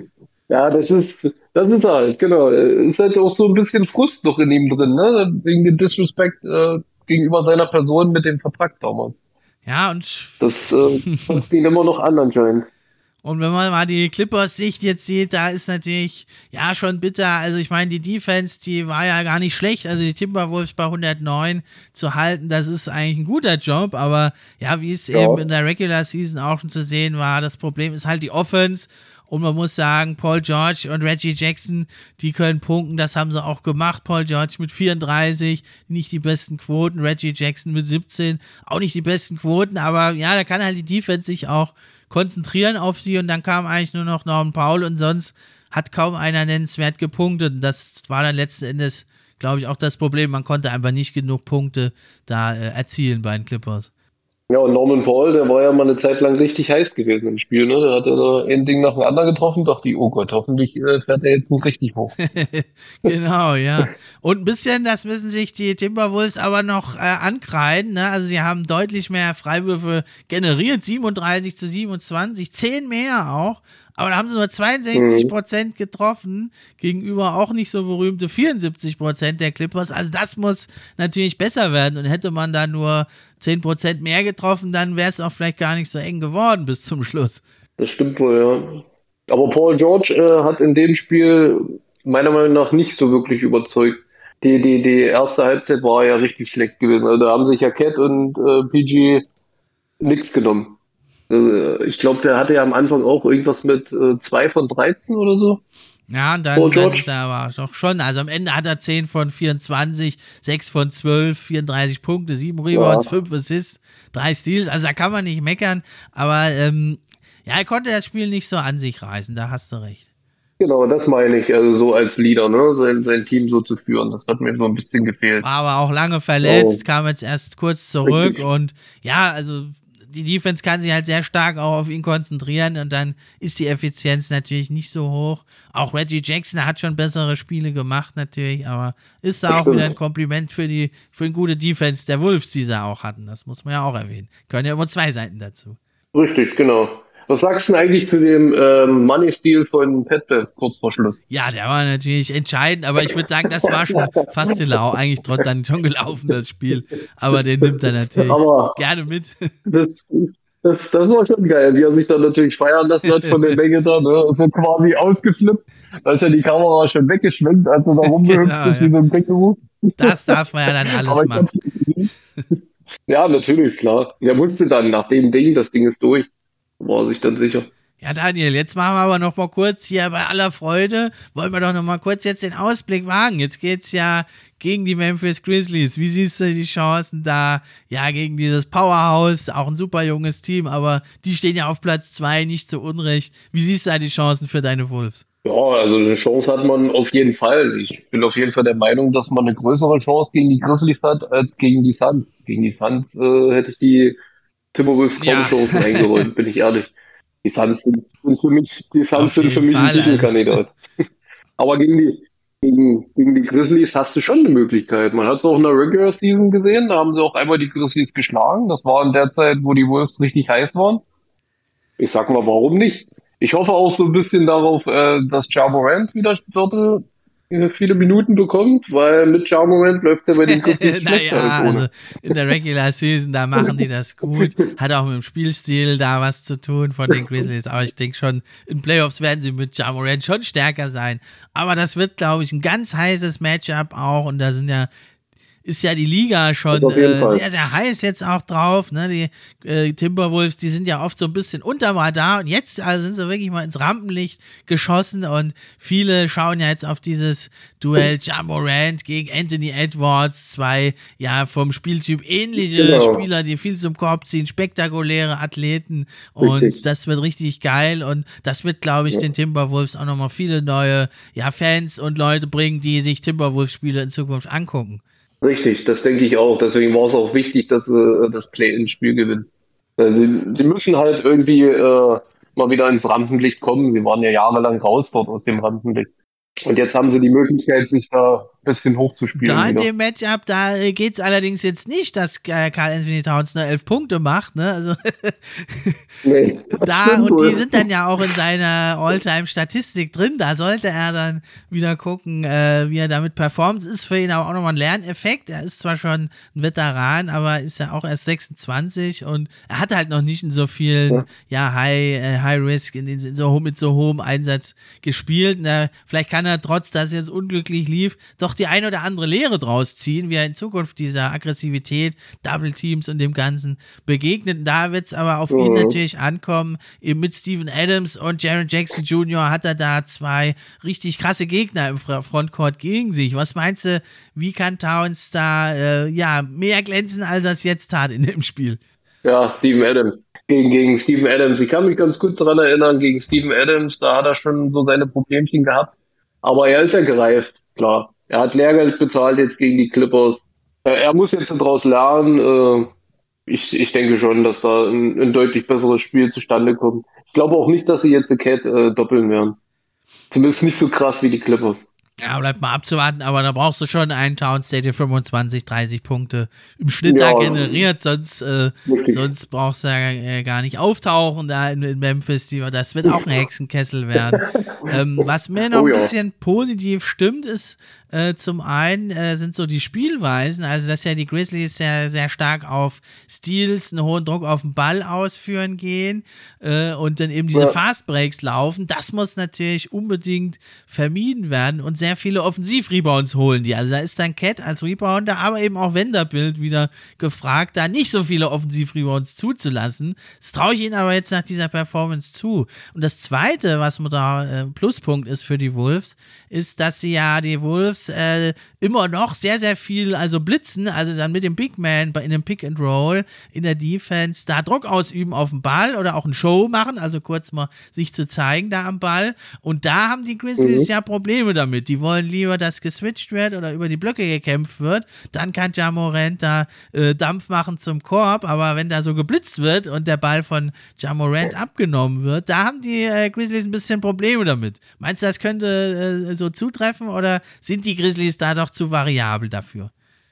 Ja, das ist, das ist halt, genau. Ist halt auch so ein bisschen Frust noch in ihm drin, ne? Wegen dem Disrespect äh, gegenüber seiner Person mit dem Vertrag damals. Ja, und Das äh, kotzt ihn immer noch an anscheinend. Und wenn man mal die Clippers-Sicht jetzt sieht, da ist natürlich, ja, schon bitter. Also ich meine, die Defense, die war ja gar nicht schlecht. Also die Timberwolves bei hundertneun zu halten, das ist eigentlich ein guter Job. Aber ja, wie es ja. eben in der Regular Season auch schon zu sehen war, das Problem ist halt die Offense. Und man muss sagen, Paul George und Reggie Jackson, die können punkten, das haben sie auch gemacht. Paul George mit vierunddreißig, nicht die besten Quoten. Reggie Jackson mit siebzehn, auch nicht die besten Quoten. Aber ja, da kann halt die Defense sich auch konzentrieren auf die und dann kam eigentlich nur noch Norman Powell und sonst hat kaum einer nennenswert gepunktet und das war dann letzten Endes, glaube ich, auch das Problem, man konnte einfach nicht genug Punkte da äh, erzielen bei den Clippers. Ja, und Norman Paul, der war ja mal eine Zeit lang richtig heiß gewesen im Spiel, ne? Der hat ja da ein Ding nach dem anderen getroffen, dachte ich, oh Gott, hoffentlich äh, fährt er jetzt nicht richtig hoch. Genau, ja. Und ein bisschen, das müssen sich die Timberwolves aber noch äh, ankreiden, ne? Also sie haben deutlich mehr Freiwürfe generiert, siebenunddreißig zu siebenundzwanzig, zehn mehr auch. Aber da haben sie nur zweiundsechzig Prozent getroffen, gegenüber auch nicht so berühmte vierundsiebzig Prozent der Clippers. Also das muss natürlich besser werden. Und hätte man da nur zehn Prozent mehr getroffen, dann wäre es auch vielleicht gar nicht so eng geworden bis zum Schluss. Das stimmt wohl, ja. Aber Paul George äh, hat in dem Spiel meiner Meinung nach nicht so wirklich überzeugt. Die, die, die erste Halbzeit war ja richtig schlecht gewesen. Also da haben sich ja Cat und äh, P G nichts genommen. Ich glaube, der hatte ja am Anfang auch irgendwas mit äh, zwei von dreizehn oder so. Ja, und dann, dann ist er aber doch schon, also am Ende hat er zehn von vierundzwanzig, sechs von zwölf, vierunddreißig Punkte, sieben Rebounds, ja. fünf Assists, drei Steals, also da kann man nicht meckern, aber ähm, ja, er konnte das Spiel nicht so an sich reißen, da hast du recht. Genau, das meine ich, also so als Leader, ne, sein, sein Team so zu führen, das hat mir so ein bisschen gefehlt. War aber auch lange verletzt, oh. kam jetzt erst kurz zurück Richtig. Und ja, also die Defense kann sich halt sehr stark auch auf ihn konzentrieren und dann ist die Effizienz natürlich nicht so hoch. Auch Reggie Jackson hat schon bessere Spiele gemacht natürlich, aber ist da auch wieder ein Kompliment für die für eine gute Defense der Wolves, die sie auch hatten. Das muss man ja auch erwähnen. Können ja immer zwei Seiten dazu. Richtig, genau. Was sagst du denn eigentlich zu dem ähm, Money-Steal von Pat Bev kurz vor Schluss? Ja, der war natürlich entscheidend, aber ich würde sagen, das war schon fast Lau, eigentlich trotz dann schon gelaufen, das Spiel. Aber den nimmt er natürlich aber gerne mit. Das, das, das war schon geil, wie er sich dann natürlich feiern lassen hat von der Menge da, ne? So quasi ausgeflippt. Da ist ja die Kamera schon weggeschwenkt, als er da rumgehüpft genau, ist, ja. wie so ein Känguru. Das darf man ja dann alles machen. Ja, natürlich, klar. Der wusste dann nach dem Ding, das Ding ist durch. War sich dann sicher. Ja, Daniel, jetzt machen wir aber noch mal kurz hier bei aller Freude, wollen wir doch noch mal kurz jetzt den Ausblick wagen. Jetzt geht's ja gegen die Memphis Grizzlies. Wie siehst du die Chancen da? Ja, gegen dieses Powerhouse, auch ein super junges Team, aber die stehen ja auf Platz zwei, nicht zu Unrecht. Wie siehst du da die Chancen für deine Wolves? Ja, also eine Chance hat man auf jeden Fall. Ich bin auf jeden Fall der Meinung, dass man eine größere Chance gegen die Grizzlies hat, als gegen die Suns. Gegen die Suns äh, hätte ich die Timberwolves kaum ja. Chancen eingeräumt, bin ich ehrlich. Die Suns sind für mich, die Suns sind für mich Fall, ein Titelkandidat. Also. Aber gegen die, gegen, gegen die Grizzlies hast du schon eine Möglichkeit. Man hat es auch in der Regular Season gesehen, da haben sie auch einmal die Grizzlies geschlagen. Das war in der Zeit, wo die Wolves richtig heiß waren. Ich sag mal, warum nicht? Ich hoffe auch so ein bisschen darauf, dass Ja Morant wieder dort viele Minuten bekommt, weil mit Ja Morant läuft es ja bei den Grizzlies schlecht. Naja, also in der Regular Season, da machen die das gut. Hat auch mit dem Spielstil da was zu tun von den Grizzlies. Aber ich denke schon, in Playoffs werden sie mit Ja Morant schon stärker sein. Aber das wird, glaube ich, ein ganz heißes Matchup auch. Und da sind ja ist ja die Liga schon äh, sehr, sehr heiß jetzt auch drauf. Ne? Die äh, Timberwolves, die sind ja oft so ein bisschen unterm Radar und jetzt also sind sie wirklich mal ins Rampenlicht geschossen und viele schauen ja jetzt auf dieses Duell Ja Morant gegen Anthony Edwards, zwei ja vom Spieltyp ähnliche genau. Spieler, die viel zum Korb ziehen, spektakuläre Athleten und richtig. Das wird richtig geil und das wird, glaube ich, ja. den Timberwolves auch nochmal viele neue ja, Fans und Leute bringen, die sich Timberwolves-Spiele in Zukunft angucken. Richtig, das denke ich auch. Deswegen war es auch wichtig, dass sie das Play-in-Spiel gewinnen. Sie, sie müssen halt irgendwie äh, mal wieder ins Rampenlicht kommen. Sie waren ja jahrelang raus dort aus dem Rampenlicht. Und jetzt haben sie die Möglichkeit, sich da ein bisschen hochzuspielen. Da in wieder. Dem Matchup, da geht es allerdings jetzt nicht, dass Karl Anthony Towns nur elf Punkte macht, ne? Also nee, da und die sind dann ja auch in seiner All-Time-Statistik drin. Da sollte er dann wieder gucken, äh, wie er damit performt. Es ist für ihn aber auch nochmal ein Lerneffekt. Er ist zwar schon ein Veteran, aber ist ja auch erst sechsundzwanzig und er hat halt noch nicht in so vielen ja, ja High, äh, High Risk, in, in so, mit so hohem Einsatz gespielt. Na, vielleicht kann er, trotz dass es jetzt unglücklich lief, doch die ein oder andere Lehre draus ziehen, wie er in Zukunft dieser Aggressivität, Double Teams und dem Ganzen begegnet. Und da wird es aber auf mhm. ihn natürlich ankommen. Eben mit Steven Adams und Jaren Jackson Junior hat er da zwei richtig krasse Gegner im Frontcourt gegen sich. Was meinst du, wie kann Towns da äh, ja, mehr glänzen, als er es jetzt tat in dem Spiel? Ja, Steven Adams. Gegen, gegen Steven Adams. Ich kann mich ganz gut daran erinnern, gegen Steven Adams, da hat er schon so seine Problemchen gehabt. Aber er ist ja gereift, klar. Er hat Lehrgeld bezahlt jetzt gegen die Clippers. Er muss jetzt daraus lernen. Ich, ich denke schon, dass da ein, ein deutlich besseres Spiel zustande kommt. Ich glaube auch nicht, dass sie jetzt die Cat äh, doppeln werden. Zumindest nicht so krass wie die Clippers. Ja, bleibt mal abzuwarten, aber da brauchst du schon einen Towns, der dir fünfundzwanzig, dreißig Punkte im Schnitt ja, da generiert, sonst, äh, sonst brauchst du ja äh, gar nicht auftauchen da in, in Memphis. Das wird auch ein Hexenkessel werden. ähm, was mir noch oh, ein bisschen ja. positiv stimmt, ist äh, zum einen äh, sind so die Spielweisen, also dass ja die Grizzlies sehr, sehr stark auf Steals, einen hohen Druck auf den Ball ausführen gehen äh, und dann eben diese ja. Fastbreaks laufen. Das muss natürlich unbedingt vermieden werden und sehr viele Offensiv-Rebounds holen die. Also da ist dann Cat als Rebounder, aber eben auch Vanderbilt wieder gefragt, da nicht so viele Offensiv-Rebounds zuzulassen. Das traue ich ihnen aber jetzt nach dieser Performance zu. Und das Zweite, was mir da äh, Pluspunkt ist für die Wolves, ist, dass sie ja die Wolves äh, immer noch sehr, sehr viel also blitzen, also dann mit dem Big Man in dem Pick and Roll in der Defense da Druck ausüben auf den Ball oder auch ein Show machen, also kurz mal sich zu zeigen da am Ball. Und da haben die Grizzlies mhm. ja Probleme damit. Die wollen lieber, dass geswitcht wird oder über die Blöcke gekämpft wird. Dann kann Ja Morant da äh, Dampf machen zum Korb, aber wenn da so geblitzt wird und der Ball von Ja Morant abgenommen wird, da haben die äh, Grizzlies ein bisschen Probleme damit. Meinst du, das könnte äh, so zutreffen oder sind die Grizzlies da doch zu variabel dafür?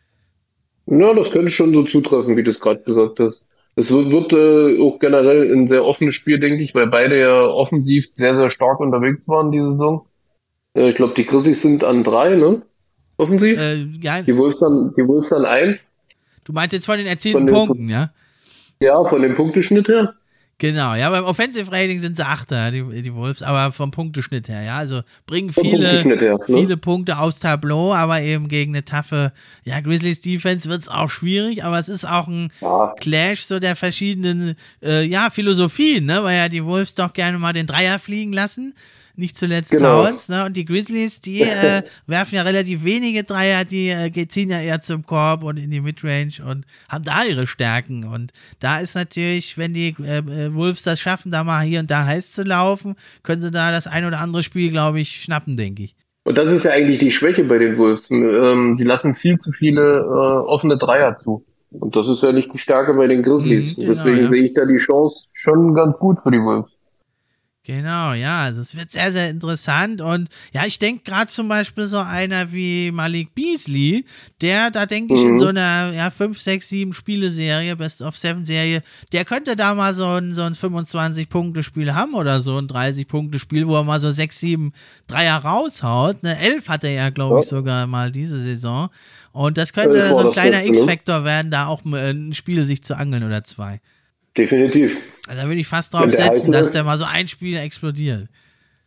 Ja, das könnte schon so zutreffen, wie du es gerade gesagt hast. Es wird, wird äh, auch generell ein sehr offenes Spiel, denke ich, weil beide ja offensiv sehr, sehr stark unterwegs waren diese Saison. Äh, ich glaube, die Grizzlies sind an drei, ne? Offensiv? Äh, ja. Die Wolves dann, die Wolves dann eins. Du meinst jetzt von den erzielten von den, Punkten, ja? Ja, von dem Punkteschnitt her. Genau, ja, beim Offensive Rating sind sie Achter, die, die Wolves, aber vom Punkteschnitt her, ja, also bringen viele, her, ne? viele Punkte aufs Tableau, aber eben gegen eine taffe, ja, Grizzlies Defense wird es auch schwierig, aber es ist auch ein ja. Clash so der verschiedenen, äh, ja, Philosophien, ne, weil ja die Wolves doch gerne mal den Dreier fliegen lassen, nicht zuletzt genau. Towns, ne? Und die Grizzlies, die äh, werfen ja relativ wenige Dreier, die äh, ziehen ja eher zum Korb und in die Midrange und haben da ihre Stärken. Und da ist natürlich, wenn die äh, Wolves das schaffen, da mal hier und da heiß zu laufen, können sie da das ein oder andere Spiel, glaube ich, schnappen, denke ich. Und das ist ja eigentlich die Schwäche bei den Wolves. Ähm, sie lassen viel zu viele äh, offene Dreier zu. Und das ist ja nicht die Stärke bei den Grizzlies. Mhm, genau, Deswegen ja. sehe ich da die Chance schon ganz gut für die Wolves. Genau, ja, also es wird sehr, sehr interessant und ja, ich denke gerade zum Beispiel so einer wie Malik Beasley, der, da denke ich, mhm. in so einer ja, fünf, sechs, sieben Spiele-Serie, Best-of-Seven-Serie, der könnte da mal so ein, so ein fünfundzwanzig-Punkte-Spiel haben oder so ein dreißig-Punkte-Spiel, wo er mal so sechs, sieben Dreier raushaut, ne, elf hat er ja, glaube ich, sogar mal diese Saison und das könnte ja, so ein kleiner X-Faktor werden, da auch ein Spiel sich zu angeln oder zwei. Definitiv. Also da würde ich fast drauf setzen, dass der mal so ein Spiel explodiert.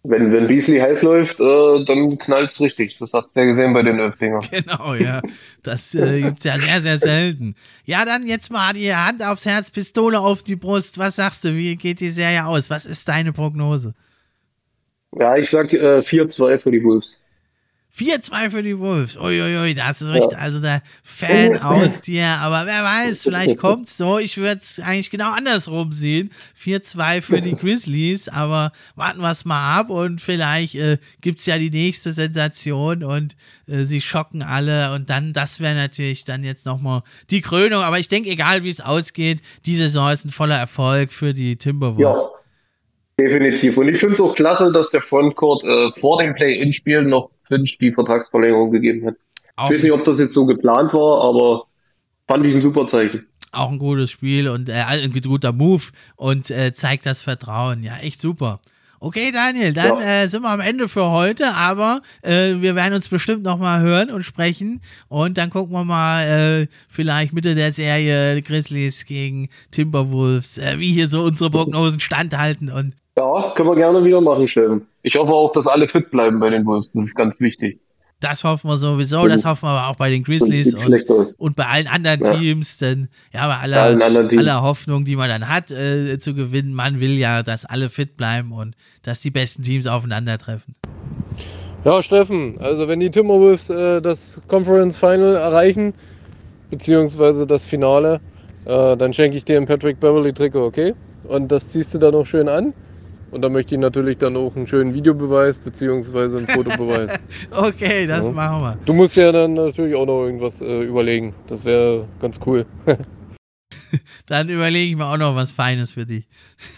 Wenn, wenn Beasley heiß läuft, äh, dann knallt's richtig. Das hast du ja gesehen bei den Öffningern. Genau, ja. Das äh, gibt's ja sehr, sehr selten. Ja, dann jetzt mal die Hand aufs Herz, Pistole auf die Brust. Was sagst du? Wie geht die Serie aus? Was ist deine Prognose? Ja, ich sag äh, vier zwei für die Wolves. vier zwei für die Wolves. Uiuiui, das ist richtig, ja. Also der Fan aus dir. Aber wer weiß, vielleicht kommt's so. Ich würde es eigentlich genau andersrum sehen. vier zwei für die Grizzlies. Aber warten wir es mal ab und vielleicht äh, gibt's ja die nächste Sensation und äh, sie schocken alle. Und dann, das wäre natürlich dann jetzt nochmal die Krönung. Aber ich denke, egal wie es ausgeht, die Saison ist ein voller Erfolg für die Timberwolves. Ja. Definitiv. Und ich finde es auch klasse, dass der Frontcourt äh, vor dem Play-In-Spiel noch Finch die Vertragsverlängerung gegeben hat. Auch ich weiß nicht, ob das jetzt so geplant war, aber fand ich ein super Zeichen. Auch ein gutes Spiel und äh, ein guter Move und äh, zeigt das Vertrauen. Ja, echt super. Okay, Daniel, dann ja. äh, sind wir am Ende für heute, aber äh, wir werden uns bestimmt nochmal hören und sprechen und dann gucken wir mal äh, vielleicht Mitte der Serie Grizzlies gegen Timberwolves, äh, wie hier so unsere Prognosen standhalten. Und ja, können wir gerne wieder machen, Steffen. Ich hoffe auch, dass alle fit bleiben bei den Wolves, das ist ganz wichtig. Das hoffen wir sowieso, das hoffen wir aber auch bei den Grizzlies und, und bei allen anderen ja. Teams, denn ja, bei aller, aller Hoffnung, die man dann hat, äh, zu gewinnen, man will ja, dass alle fit bleiben und dass die besten Teams aufeinandertreffen. Ja, Steffen, also wenn die Timberwolves äh, das Conference Final erreichen, beziehungsweise das Finale, äh, dann schenke ich dir ein Patrick Beverley Trikot, okay? Und das ziehst du dann auch schön an. Und da möchte ich natürlich dann auch einen schönen Videobeweis beziehungsweise einen Fotobeweis. Okay, das ja. machen wir. Du musst ja dann natürlich auch noch irgendwas äh, überlegen. Das wäre ganz cool. Dann überlege ich mir auch noch was Feines für dich.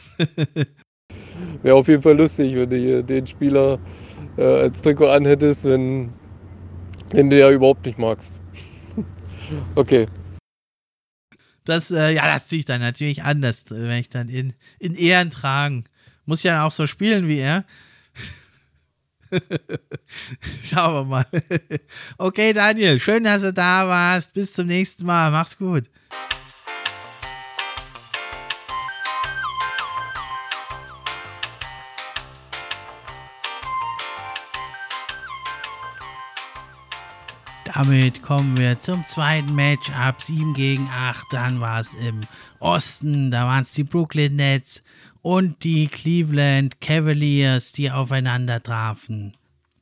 Wäre auf jeden Fall lustig, wenn du hier den Spieler äh, als Trikot anhättest, wenn, wenn du ja überhaupt nicht magst. Okay. Das, äh, ja, das ziehe ich dann natürlich anders, wenn ich dann in, in Ehren tragen. Muss ja auch so spielen wie er. Schauen wir mal. Okay, Daniel, schön, dass du da warst. Bis zum nächsten Mal. Mach's gut. Damit kommen wir zum zweiten Matchup, sieben gegen acht, dann war es im Osten, da waren es die Brooklyn Nets und die Cleveland Cavaliers, die aufeinander trafen.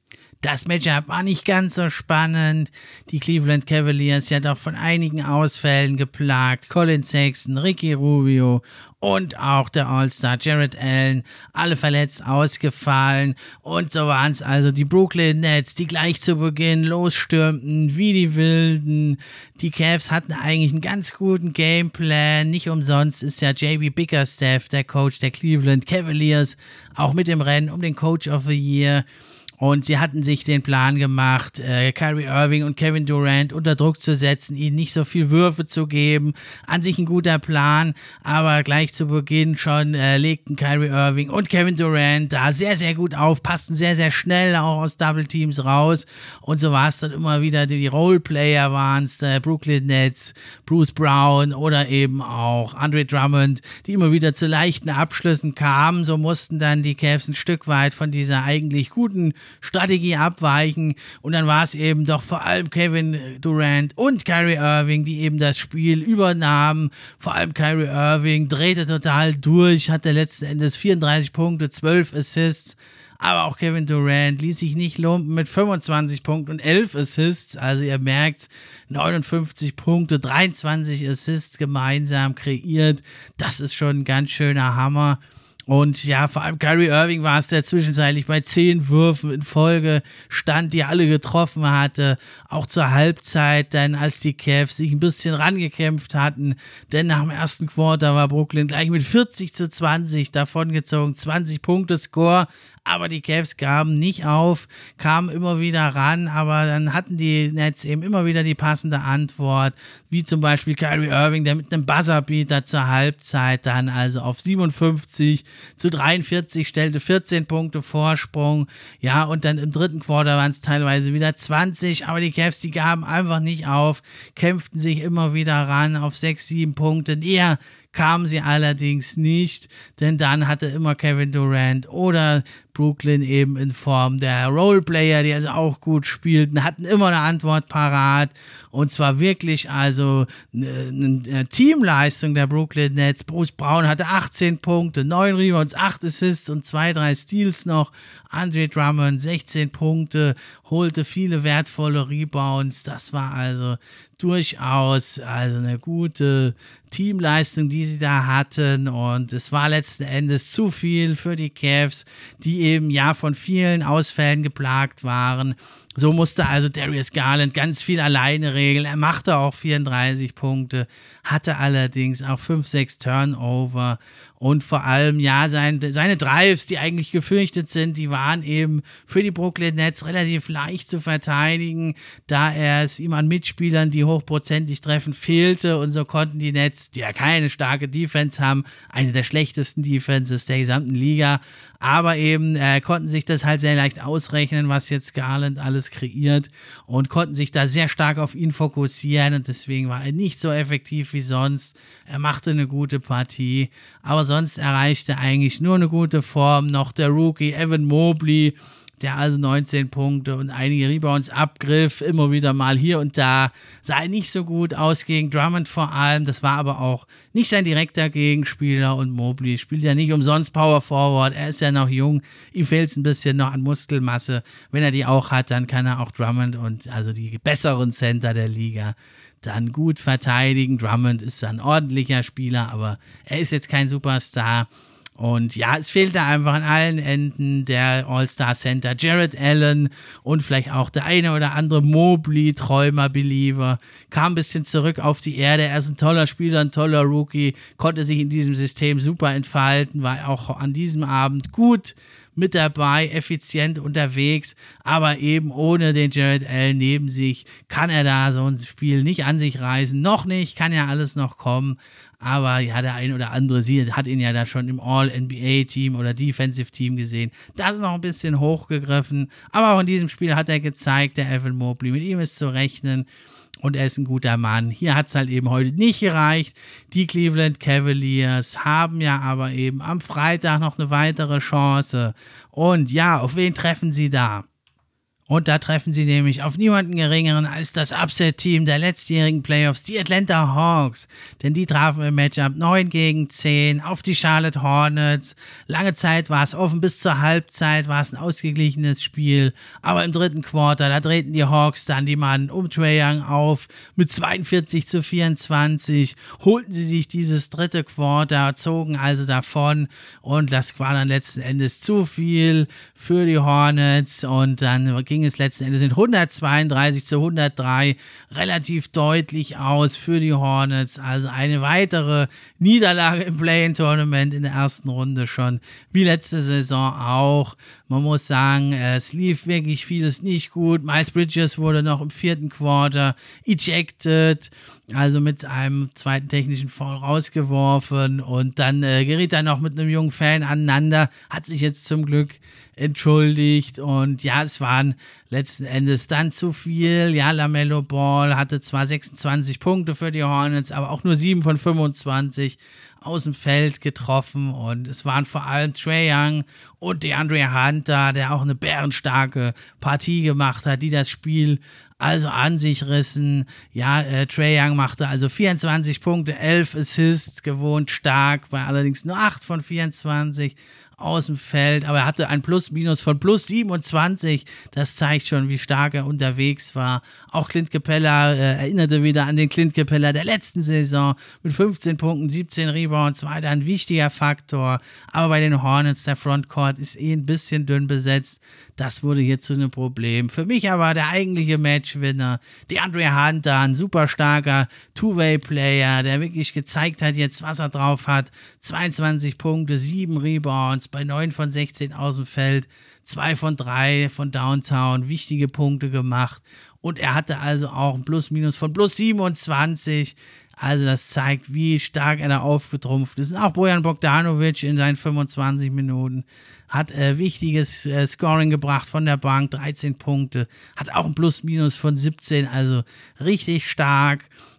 Das Matchup war nicht ganz so spannend. Die Cleveland Cavaliers ja doch von einigen Ausfällen geplagt. Colin Sexton, Ricky Rubio und auch der All-Star Jarrett Allen, alle verletzt ausgefallen. Und so waren es also die Brooklyn Nets, die gleich zu Beginn losstürmten wie die Wilden. Die Cavs hatten eigentlich einen ganz guten Gameplan. Nicht umsonst ist ja J B Bickerstaff, der Coach der Cleveland Cavaliers, auch mit im Rennen um den Coach of the Year. Und sie hatten sich den Plan gemacht, äh, Kyrie Irving und Kevin Durant unter Druck zu setzen, ihnen nicht so viel Würfe zu geben. An sich ein guter Plan, aber gleich zu Beginn schon äh, legten Kyrie Irving und Kevin Durant da sehr, sehr gut auf, passten sehr, sehr schnell auch aus Double Teams raus. Und so war es dann immer wieder, die, die Roleplayer waren es, äh, Brooklyn Nets, Bruce Brown oder eben auch Andre Drummond, die immer wieder zu leichten Abschlüssen kamen. So mussten dann die Cavs ein Stück weit von dieser eigentlich guten Strategie abweichen und dann war es eben doch vor allem Kevin Durant und Kyrie Irving, die eben das Spiel übernahmen. Vor allem Kyrie Irving drehte total durch, hatte letzten Endes vierunddreißig Punkte, zwölf Assists, aber auch Kevin Durant ließ sich nicht lumpen mit fünfundzwanzig Punkten und elf Assists, also ihr merkt, neunundfünfzig Punkte, dreiundzwanzig Assists gemeinsam kreiert, das ist schon ein ganz schöner Hammer. Und ja, vor allem Kyrie Irving war es, der zwischenzeitlich bei zehn Würfen in Folge stand, die er alle getroffen hatte. Auch zur Halbzeit, dann als die Cavs sich ein bisschen rangekämpft hatten. Denn nach dem ersten Quarter war Brooklyn gleich mit vierzig zu zwanzig davongezogen. zwanzig Punkte Score. Aber die Cavs gaben nicht auf, kamen immer wieder ran, aber dann hatten die Nets eben immer wieder die passende Antwort, wie zum Beispiel Kyrie Irving, der mit einem Buzzerbeater zur Halbzeit dann also auf siebenundfünfzig zu dreiundvierzig stellte, vierzehn Punkte Vorsprung, ja, und dann im dritten Quarter waren es teilweise wieder zwanzig, aber die Cavs, die gaben einfach nicht auf, kämpften sich immer wieder ran auf sechs, sieben Punkte, näher kamen sie allerdings nicht, denn dann hatte immer Kevin Durant oder Brooklyn eben in Form der Roleplayer, die also auch gut spielten, hatten immer eine Antwort parat und zwar wirklich also eine, eine Teamleistung der Brooklyn Nets. Bruce Brown hatte achtzehn Punkte, neun Rebounds, acht Assists und zwei, drei Steals noch. Andre Drummond sechzehn Punkte, holte viele wertvolle Rebounds. Das war also durchaus also eine gute Teamleistung, die sie da hatten und es war letzten Endes zu viel für die Cavs, die eben ja von vielen Ausfällen geplagt waren. So musste also Darius Garland ganz viel alleine regeln. Er machte auch vierunddreißig Punkte, hatte allerdings auch fünf, sechs Turnover und vor allem, ja, sein, seine Drives, die eigentlich gefürchtet sind, die waren eben für die Brooklyn Nets relativ leicht zu verteidigen, da er es ihm an Mitspielern, die hochprozentig treffen, fehlte und so konnten die Nets, die ja keine starke Defense haben, eine der schlechtesten Defenses der gesamten Liga, aber eben äh, konnten sich das halt sehr leicht ausrechnen, was jetzt Garland alles kreiert und konnten sich da sehr stark auf ihn fokussieren und deswegen war er nicht so effektiv wie sonst. Er machte eine gute Partie, aber sonst erreichte eigentlich nur eine gute Form. Noch der Rookie Evan Mobley, der also neunzehn Punkte und einige Rebounds abgriff, immer wieder mal hier und da, sah nicht so gut aus gegen Drummond vor allem, das war aber auch nicht sein direkter Gegenspieler und Mobley spielt ja nicht umsonst Power Forward, er ist ja noch jung, ihm fehlt es ein bisschen noch an Muskelmasse, wenn er die auch hat, dann kann er auch Drummond und also die besseren Center der Liga dann gut verteidigen. Drummond ist ein ordentlicher Spieler, aber er ist jetzt kein Superstar. Und ja, es fehlte einfach an allen Enden der All-Star-Center Jared Allen und vielleicht auch der eine oder andere Mobley-Träumer-Believer. Kam ein bisschen zurück auf die Erde. Er ist ein toller Spieler, ein toller Rookie, konnte sich in diesem System super entfalten, war auch an diesem Abend gut mit dabei, effizient unterwegs, aber eben ohne den Jared Allen neben sich kann er da so ein Spiel nicht an sich reißen. Noch nicht, kann ja alles noch kommen. Aber ja, der ein oder andere sie hat ihn ja da schon im All-N B A-Team oder Defensive-Team gesehen. Das ist noch ein bisschen hochgegriffen. Aber auch in diesem Spiel hat er gezeigt, der Evan Mobley, mit ihm ist zu rechnen. Und er ist ein guter Mann. Hier hat es halt eben heute nicht gereicht. Die Cleveland Cavaliers haben ja aber eben am Freitag noch eine weitere Chance. Und ja, auf wen treffen sie da? Und da treffen sie nämlich auf niemanden geringeren als das Upset-Team der letztjährigen Playoffs, die Atlanta Hawks. Denn die trafen im Matchup neun gegen zehn auf die Charlotte Hornets. Lange Zeit war es offen, bis zur Halbzeit war es ein ausgeglichenes Spiel. Aber im dritten Quarter, da drehten die Hawks dann die Mann um Trae Young auf mit zweiundvierzig zu vierundzwanzig. Holten sie sich dieses dritte Quarter, zogen also davon. Und das war dann letzten Endes zu viel für die Hornets. Und dann ging es letzten Endes in hundertzweiunddreißig zu hundertdrei relativ deutlich aus für die Hornets. Also eine weitere Niederlage im Play-in-Tournament in der ersten Runde schon, wie letzte Saison auch. Man muss sagen, es lief wirklich vieles nicht gut. Miles Bridges wurde noch im vierten Quarter ejected, also mit einem zweiten technischen Foul rausgeworfen und dann äh, geriet er noch mit einem jungen Fan aneinander, hat sich jetzt zum Glück entschuldigt und ja, es waren letzten Endes dann zu viel. Ja, LaMelo Ball hatte zwar sechsundzwanzig Punkte für die Hornets, aber auch nur sieben von fünfundzwanzig aus dem Feld getroffen und es waren vor allem Trae Young und DeAndre Hunter, der auch eine bärenstarke Partie gemacht hat, die das Spiel also an sich rissen. Ja, äh, Trae Young machte also vierundzwanzig Punkte, elf Assists, gewohnt stark, war allerdings nur acht von vierundzwanzig aus dem Feld, aber er hatte ein Plus-Minus von plus siebenundzwanzig, das zeigt schon, wie stark er unterwegs war. Auch Clint Capella äh, erinnerte wieder an den Clint Capella der letzten Saison mit fünfzehn Punkten, siebzehn Rebounds, war da ein wichtiger Faktor, aber bei den Hornets, der Frontcourt ist eh ein bisschen dünn besetzt, das wurde hier zu einem Problem. Für mich aber der eigentliche Matchwinner, DeAndre Hunter, ein super starker Two-Way-Player, der wirklich gezeigt hat jetzt, was er drauf hat, zweiundzwanzig Punkte, sieben Rebounds, bei neun von sechzehn aus dem Feld, zwei von drei von Downtown, wichtige Punkte gemacht und er hatte also auch ein Plus-Minus von plus siebenundzwanzig, also das zeigt, wie stark er da aufgetrumpft ist. Und auch Bojan Bogdanovic in seinen fünfundzwanzig Minuten hat äh, wichtiges äh, Scoring gebracht von der Bank, dreizehn Punkte, hat auch ein Plus-Minus von siebzehn, also richtig stark.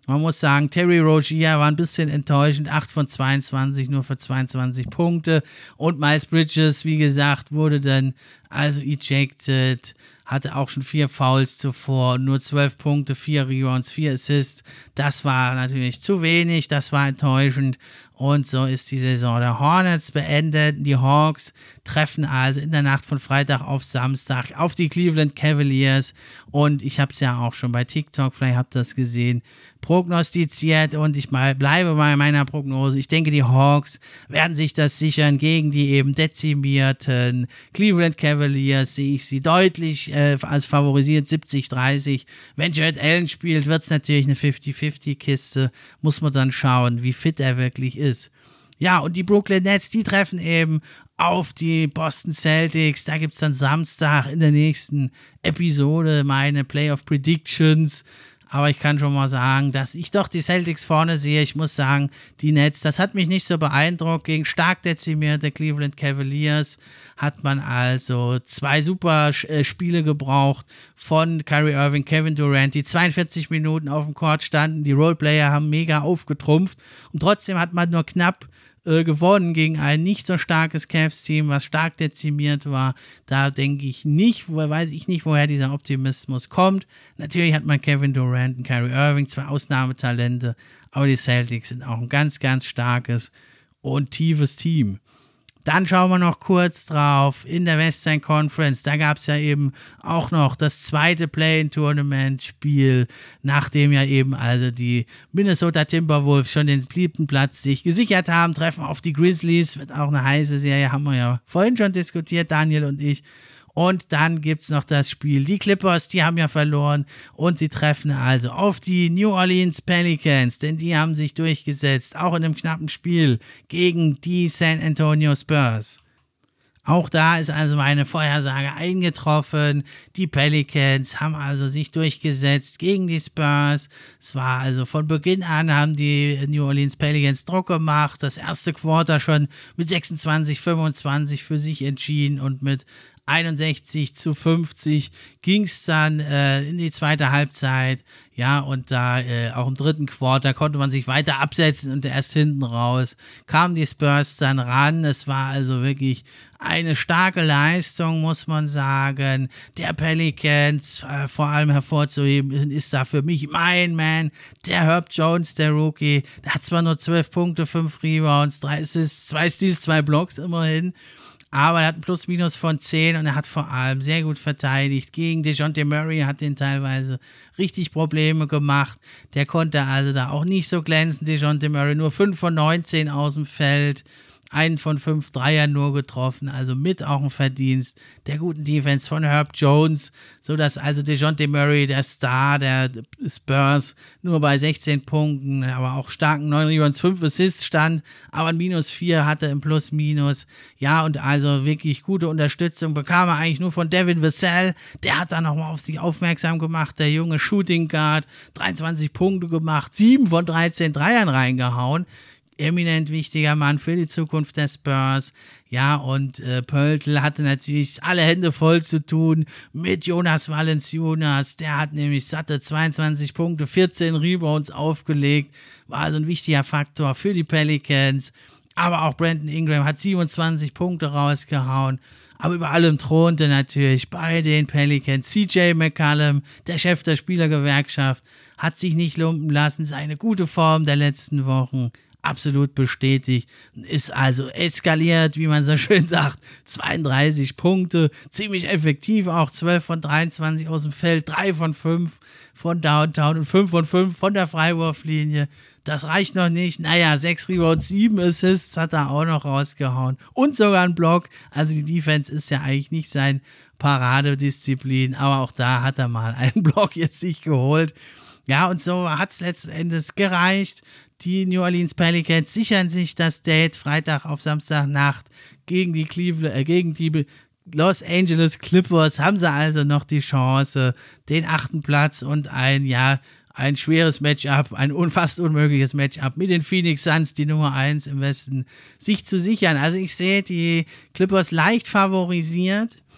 Man muss sagen, Terry Rozier war ein bisschen enttäuschend, acht von zweiundzwanzig, nur für zweiundzwanzig Punkte. Und Miles Bridges, wie gesagt, wurde dann also ejected, hatte auch schon vier Fouls zuvor, nur zwölf Punkte, vier Rebounds, vier Assists. Das war natürlich zu wenig, das war enttäuschend. Und so ist die Saison der Hornets beendet. Die Hawks treffen also in der Nacht von Freitag auf Samstag auf die Cleveland Cavaliers. Und ich habe es ja auch schon bei TikTok, vielleicht habt ihr das gesehen, prognostiziert. Und ich mal bleibe bei meiner Prognose. Ich denke, die Hawks werden sich das sichern gegen die eben dezimierten Cleveland Cavaliers. Sehe ich sie deutlich äh, als favorisiert, siebzig dreißig. Wenn Jared Allen spielt, wird es natürlich eine fünfzig fünfzig Kiste. Muss man dann schauen, wie fit er wirklich ist. Ja, und die Brooklyn Nets, die treffen eben auf die Boston Celtics. Da gibt es dann Samstag in der nächsten Episode meine Playoff Predictions. Aber ich kann schon mal sagen, dass ich doch die Celtics vorne sehe. Ich muss sagen, die Nets, das hat mich nicht so beeindruckt. Gegen stark dezimierte Cleveland Cavaliers hat man also zwei super Spiele gebraucht von Kyrie Irving, Kevin Durant, die zweiundvierzig Minuten auf dem Court standen. Die Roleplayer haben mega aufgetrumpft und trotzdem hat man nur knapp äh, gewonnen gegen ein nicht so starkes Cavs-Team, was stark dezimiert war. Da denke ich nicht, wo, weiß ich nicht, woher dieser Optimismus kommt. Natürlich hat man Kevin Durant und Kyrie Irving, zwei Ausnahmetalente, aber die Celtics sind auch ein ganz, ganz starkes und tiefes Team. Dann schauen wir noch kurz drauf, in der Western Conference, da gab es ja eben auch noch das zweite Play-in-Tournament-Spiel, nachdem ja eben also die Minnesota Timberwolves schon den siebten Platz sich gesichert haben, treffen auf die Grizzlies, wird auch eine heiße Serie, haben wir ja vorhin schon diskutiert, Daniel und ich. Und dann gibt es noch das Spiel, die Clippers, die haben ja verloren und sie treffen also auf die New Orleans Pelicans, denn die haben sich durchgesetzt, auch in einem knappen Spiel gegen die San Antonio Spurs. Auch da ist also meine Vorhersage eingetroffen. Die Pelicans haben also sich durchgesetzt gegen die Spurs. Es war also von Beginn an, haben die New Orleans Pelicans Druck gemacht. Das erste Quarter schon mit sechsundzwanzig fünfundzwanzig für sich entschieden und mit einundsechzig zu fünfzig ging es dann äh, in die zweite Halbzeit. Ja, und da äh, auch im dritten Quarter konnte man sich weiter absetzen und erst hinten raus kamen die Spurs dann ran. Es war also wirklich eine starke Leistung, muss man sagen. Der Pelicans, äh, vor allem hervorzuheben, ist da für mich mein Man, der Herb Jones, der Rookie. Der hat zwar nur zwölf Punkte, fünf Rebounds, drei Assists, zwei Steals, zwei Blocks immerhin. Aber er hat ein Plus-Minus von zehn und er hat vor allem sehr gut verteidigt. Gegen DeJounte Murray hat den teilweise richtig Probleme gemacht. Der konnte also da auch nicht so glänzen. DeJounte Murray nur fünf von neunzehn aus dem Feld. Einen von fünf Dreiern nur getroffen, also mit auch ein Verdienst der guten Defense von Herb Jones, sodass also DeJounte Murray, der Star der Spurs, nur bei sechzehn Punkten, aber auch starken neun Rebounds, fünf Assists stand, aber ein Minus vier hatte im Plus-Minus. Ja, und also wirklich gute Unterstützung bekam er eigentlich nur von Devin Vassell. Der hat dann nochmal auf sich aufmerksam gemacht, der junge Shooting Guard, dreiundzwanzig Punkte gemacht, sieben von dreizehn Dreiern reingehauen. Eminent wichtiger Mann für die Zukunft der Spurs. Ja, und äh, Pöltl hatte natürlich alle Hände voll zu tun mit Jonas Valanciunas. Der hat nämlich satte zweiundzwanzig Punkte, vierzehn Rebounds aufgelegt. War also ein wichtiger Faktor für die Pelicans. Aber auch Brandon Ingram hat siebenundzwanzig Punkte rausgehauen. Aber über allem thronte natürlich bei den Pelicans C J McCollum, der Chef der Spielergewerkschaft, hat sich nicht lumpen lassen. Seine gute Form der letzten Wochen absolut bestätigt, ist also eskaliert, wie man so schön sagt, zweiunddreißig Punkte, ziemlich effektiv auch, zwölf von dreiundzwanzig aus dem Feld, drei von fünf von Downtown und fünf von fünf von der Freiwurflinie. Das reicht noch nicht, naja, sechs Rebounds, sieben Assists hat er auch noch rausgehauen und sogar einen Block, also die Defense ist ja eigentlich nicht sein Paradedisziplin, aber auch da hat er mal einen Block jetzt sich geholt. Ja, und so hat es letzten Endes gereicht. Die New Orleans Pelicans sichern sich das Date Freitag auf Samstagnacht gegen die Cleveland, äh, gegen die Los Angeles Clippers. Haben sie also noch die Chance, den achten Platz und ein, ja, ein schweres Matchup, ein fast unmögliches Matchup mit den Phoenix Suns, die Nummer eins im Westen, sich zu sichern. Also ich sehe die Clippers leicht favorisiert.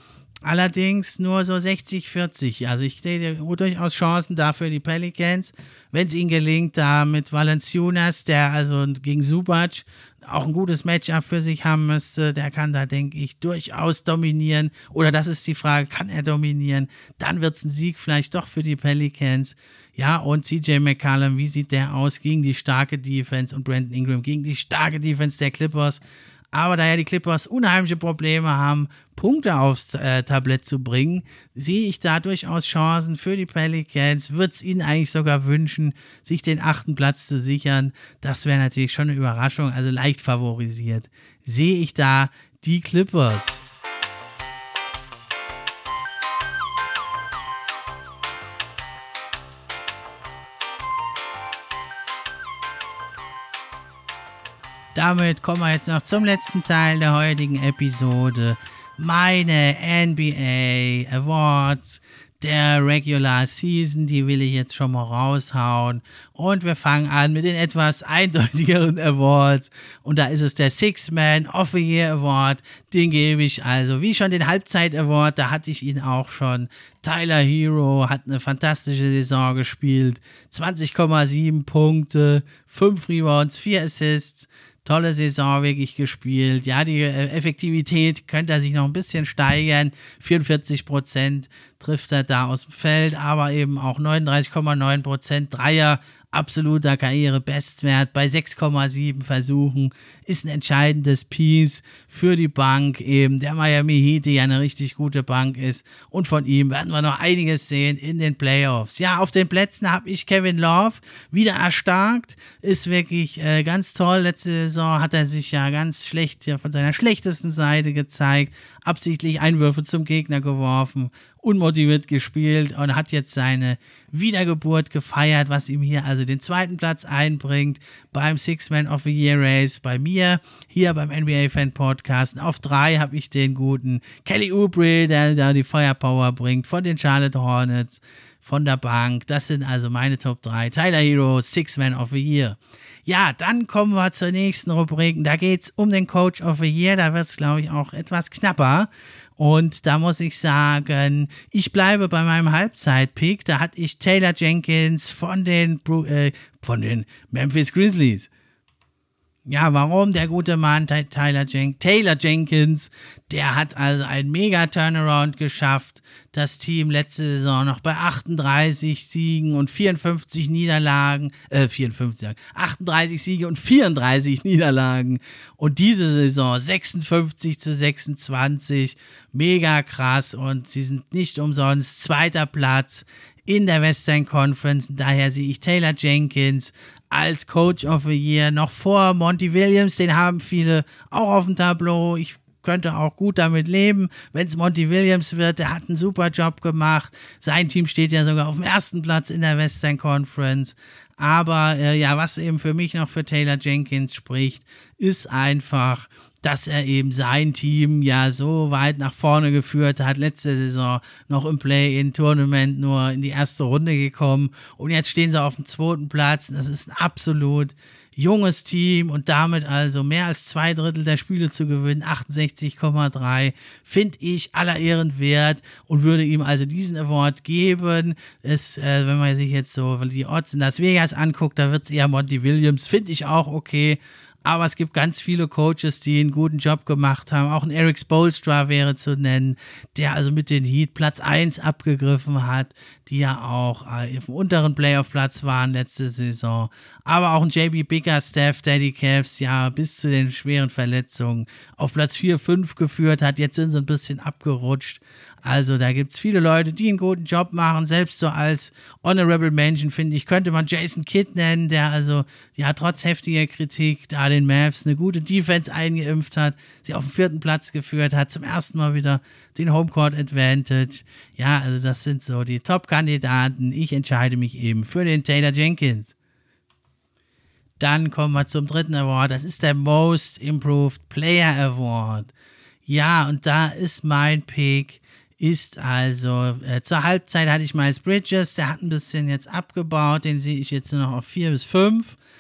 Allerdings nur so sechzig vierzig. Also ich sehe durchaus Chancen dafür die Pelicans, wenn es ihnen gelingt, da mit Valanciunas, der also gegen Zubac auch ein gutes Matchup für sich haben müsste, der kann da, denke ich, durchaus dominieren. Oder das ist die Frage, kann er dominieren? Dann wird es ein Sieg vielleicht doch für die Pelicans. Ja, und C J McCollum, wie sieht der aus gegen die starke Defense und Brandon Ingram gegen die starke Defense der Clippers? Aber da ja die Clippers unheimliche Probleme haben, Punkte aufs äh, Tablett zu bringen, sehe ich da durchaus Chancen für die Pelicans. Würde es ihnen eigentlich sogar wünschen, sich den achten Platz zu sichern. Das wäre natürlich schon eine Überraschung, also leicht favorisiert. Sehe ich da die Clippers. Damit kommen wir jetzt noch zum letzten Teil der heutigen Episode. Meine N B A Awards der Regular Season, die will ich jetzt schon mal raushauen. Und wir fangen an mit den etwas eindeutigeren Awards. Und da ist es der Six-Man of the Year Award. Den gebe ich also, wie schon den Halbzeit-Award, da hatte ich ihn auch schon. Tyler Hero hat eine fantastische Saison gespielt. zwanzig Komma sieben Punkte, fünf Rebounds, vier Assists. Tolle Saison wirklich gespielt. Ja, die äh, Effektivität könnte er sich noch ein bisschen steigern. vierundvierzig Prozent trifft er da aus dem Feld, aber eben auch neununddreißig Komma neun Prozent Dreier. Absoluter Karriere-Bestwert bei sechs Komma sieben Versuchen, ist ein entscheidendes Piece für die Bank eben, der Miami Heat, die ja eine richtig gute Bank ist, und von ihm werden wir noch einiges sehen in den Playoffs. Ja, auf den Plätzen habe ich Kevin Love wieder erstarkt, ist wirklich äh, ganz toll. Letzte Saison hat er sich ja ganz schlecht ja, von seiner schlechtesten Seite gezeigt, absichtlich Einwürfe zum Gegner geworfen, unmotiviert gespielt und hat jetzt seine Wiedergeburt gefeiert, was ihm hier also den zweiten Platz einbringt beim Six-Man of the Year Race bei mir, hier beim N B A Fan Podcast. Auf drei habe ich den guten Kelly Oubre, der da die Firepower bringt von den Charlotte Hornets, von der Bank. Das sind also meine Top drei. Tyler Hero, Six-Man of the Year. Ja, dann kommen wir zur nächsten Rubrik. Da geht es um den Coach of the Year. Da wird es, glaube ich, auch etwas knapper. Und da muss ich sagen, ich bleibe bei meinem Halbzeit-Pick. Da hatte ich Taylor Jenkins von den, äh, von den Memphis Grizzlies. Ja, warum? Der gute Mann Tyler, Jen- Taylor Jenkins, der hat also einen Mega-Turnaround geschafft. Das Team letzte Saison noch bei achtunddreißig Siegen und vierundfünfzig Niederlagen, äh, vierundfünfzig, achtunddreißig Siege und vierunddreißig Niederlagen. Und diese Saison sechsundfünfzig zu sechsundzwanzig, mega krass. Und sie sind nicht umsonst zweiter Platz in der Western Conference. Daher sehe ich Taylor Jenkins als Coach of the Year noch vor Monty Williams. Den haben viele auch auf dem Tableau. Ich könnte auch gut damit leben, wenn es Monty Williams wird. Der hat einen super Job gemacht. Sein Team steht ja sogar auf dem ersten Platz in der Western Conference. Aber äh, ja, was eben für mich noch für Taylor Jenkins spricht, ist einfach, dass er eben sein Team ja so weit nach vorne geführt hat. Letzte Saison noch im Play-in-Tournament nur in die erste Runde gekommen. Und jetzt stehen sie auf dem zweiten Platz. Das ist ein absolut junges Team und damit also mehr als zwei Drittel der Spiele zu gewinnen, achtundsechzig Komma drei, finde ich aller Ehren wert und würde ihm also diesen Award geben. Es, äh, wenn man sich jetzt so die Odds in Las Vegas anguckt, da wird es eher Monty Williams, finde ich auch okay. Aber es gibt ganz viele Coaches, die einen guten Job gemacht haben. Auch ein Eric Spoelstra wäre zu nennen, der also mit den Heat Platz eins abgegriffen hat, die ja auch äh, auf dem unteren Playoff-Platz waren letzte Saison. Aber auch ein J B Bickerstaff, der die Cavs ja bis zu den schweren Verletzungen auf Platz vier, fünf geführt hat. Jetzt sind sie ein bisschen abgerutscht. Also da gibt es viele Leute, die einen guten Job machen. Selbst so als Honorable Mention, finde ich, könnte man Jason Kidd nennen, der also ja trotz heftiger Kritik da den Mavs eine gute Defense eingeimpft hat, sie auf den vierten Platz geführt hat, zum ersten Mal wieder den Homecourt Advantage. Ja, also das sind so die Top-Kandidaten. Ich entscheide mich eben für den Taylor Jenkins. Dann kommen wir zum dritten Award. Das ist der Most Improved Player Award. Ja, und da ist mein Pick, ist also, äh, zur Halbzeit hatte ich Miles Bridges, der hat ein bisschen jetzt abgebaut, den sehe ich jetzt nur noch auf vier bis fünf.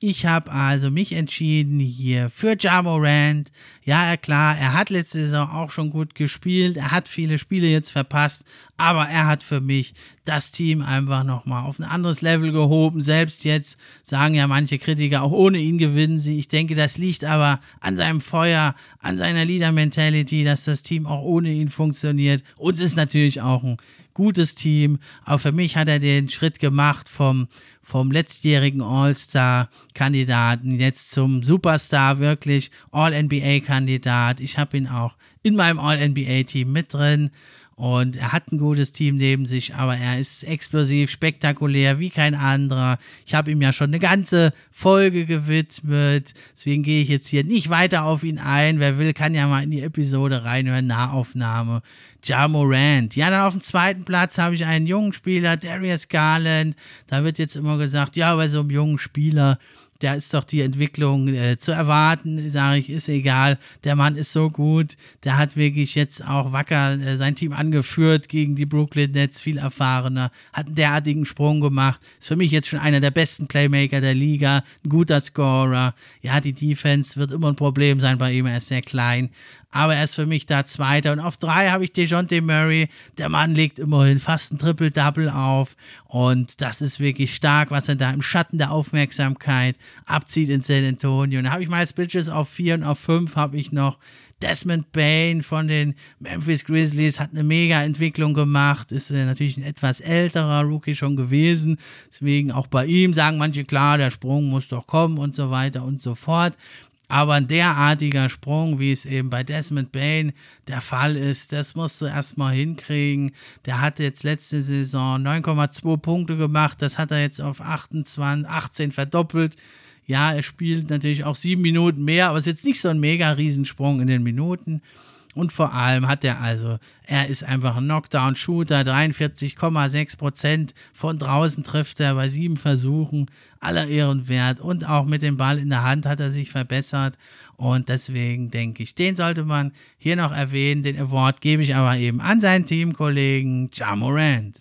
Ich habe also mich entschieden hier für Ja Morant. Ja, klar, er hat letzte Saison auch schon gut gespielt. Er hat viele Spiele jetzt verpasst. Aber er hat für mich das Team einfach nochmal auf ein anderes Level gehoben. Selbst jetzt sagen ja manche Kritiker, auch ohne ihn gewinnen sie. Ich denke, das liegt aber an seinem Feuer, an seiner Leader-Mentality, dass das Team auch ohne ihn funktioniert. Uns ist natürlich auch ein gutes Team. Aber für mich hat er den Schritt gemacht vom, vom letztjährigen All-Star-Kandidaten jetzt zum Superstar, wirklich All-N B A-Kandidat. Ich habe ihn auch in meinem All-N B A-Team mit drin. Und er hat ein gutes Team neben sich, aber er ist explosiv, spektakulär wie kein anderer. Ich habe ihm ja schon eine ganze Folge gewidmet, deswegen gehe ich jetzt hier nicht weiter auf ihn ein. Wer will, kann ja mal in die Episode reinhören, Nahaufnahme. Ja Morant. Ja, dann auf dem zweiten Platz habe ich einen jungen Spieler, Darius Garland. Da wird jetzt immer gesagt, ja, bei so einem jungen Spieler, da ist doch die Entwicklung äh, zu erwarten, sage ich, ist egal. Der Mann ist so gut, der hat wirklich jetzt auch wacker äh, sein Team angeführt gegen die Brooklyn Nets, viel erfahrener, hat einen derartigen Sprung gemacht, ist für mich jetzt schon einer der besten Playmaker der Liga, ein guter Scorer. Ja, die Defense wird immer ein Problem sein bei ihm, er ist sehr klein, aber er ist für mich da Zweiter. Und auf drei habe ich DeJounte Murray. Der Mann legt immerhin fast ein Triple-Double auf. Und das ist wirklich stark, was er da im Schatten der Aufmerksamkeit abzieht in San Antonio. Und dann habe ich Miles Bridges auf vier und auf fünf habe ich noch Desmond Bane von den Memphis Grizzlies, hat eine Mega-Entwicklung gemacht, ist äh, natürlich ein etwas älterer Rookie schon gewesen, deswegen auch bei ihm sagen manche, klar, der Sprung muss doch kommen und so weiter und so fort. Aber ein derartiger Sprung, wie es eben bei Desmond Bane der Fall ist, das musst du erstmal hinkriegen. Der hat jetzt letzte Saison neun Komma zwei Punkte gemacht, das hat er jetzt auf achtundzwanzig, achtzehn verdoppelt. Ja, er spielt natürlich auch sieben Minuten mehr, aber es ist jetzt nicht so ein mega Riesensprung in den Minuten. Und vor allem hat er also, er ist einfach ein Knockdown-Shooter, dreiundvierzig Komma sechs Prozent von draußen trifft er bei sieben Versuchen, aller Ehren wert. Und auch mit dem Ball in der Hand hat er sich verbessert. Und deswegen denke ich, den sollte man hier noch erwähnen. Den Award gebe ich aber eben an seinen Teamkollegen Ja Morant.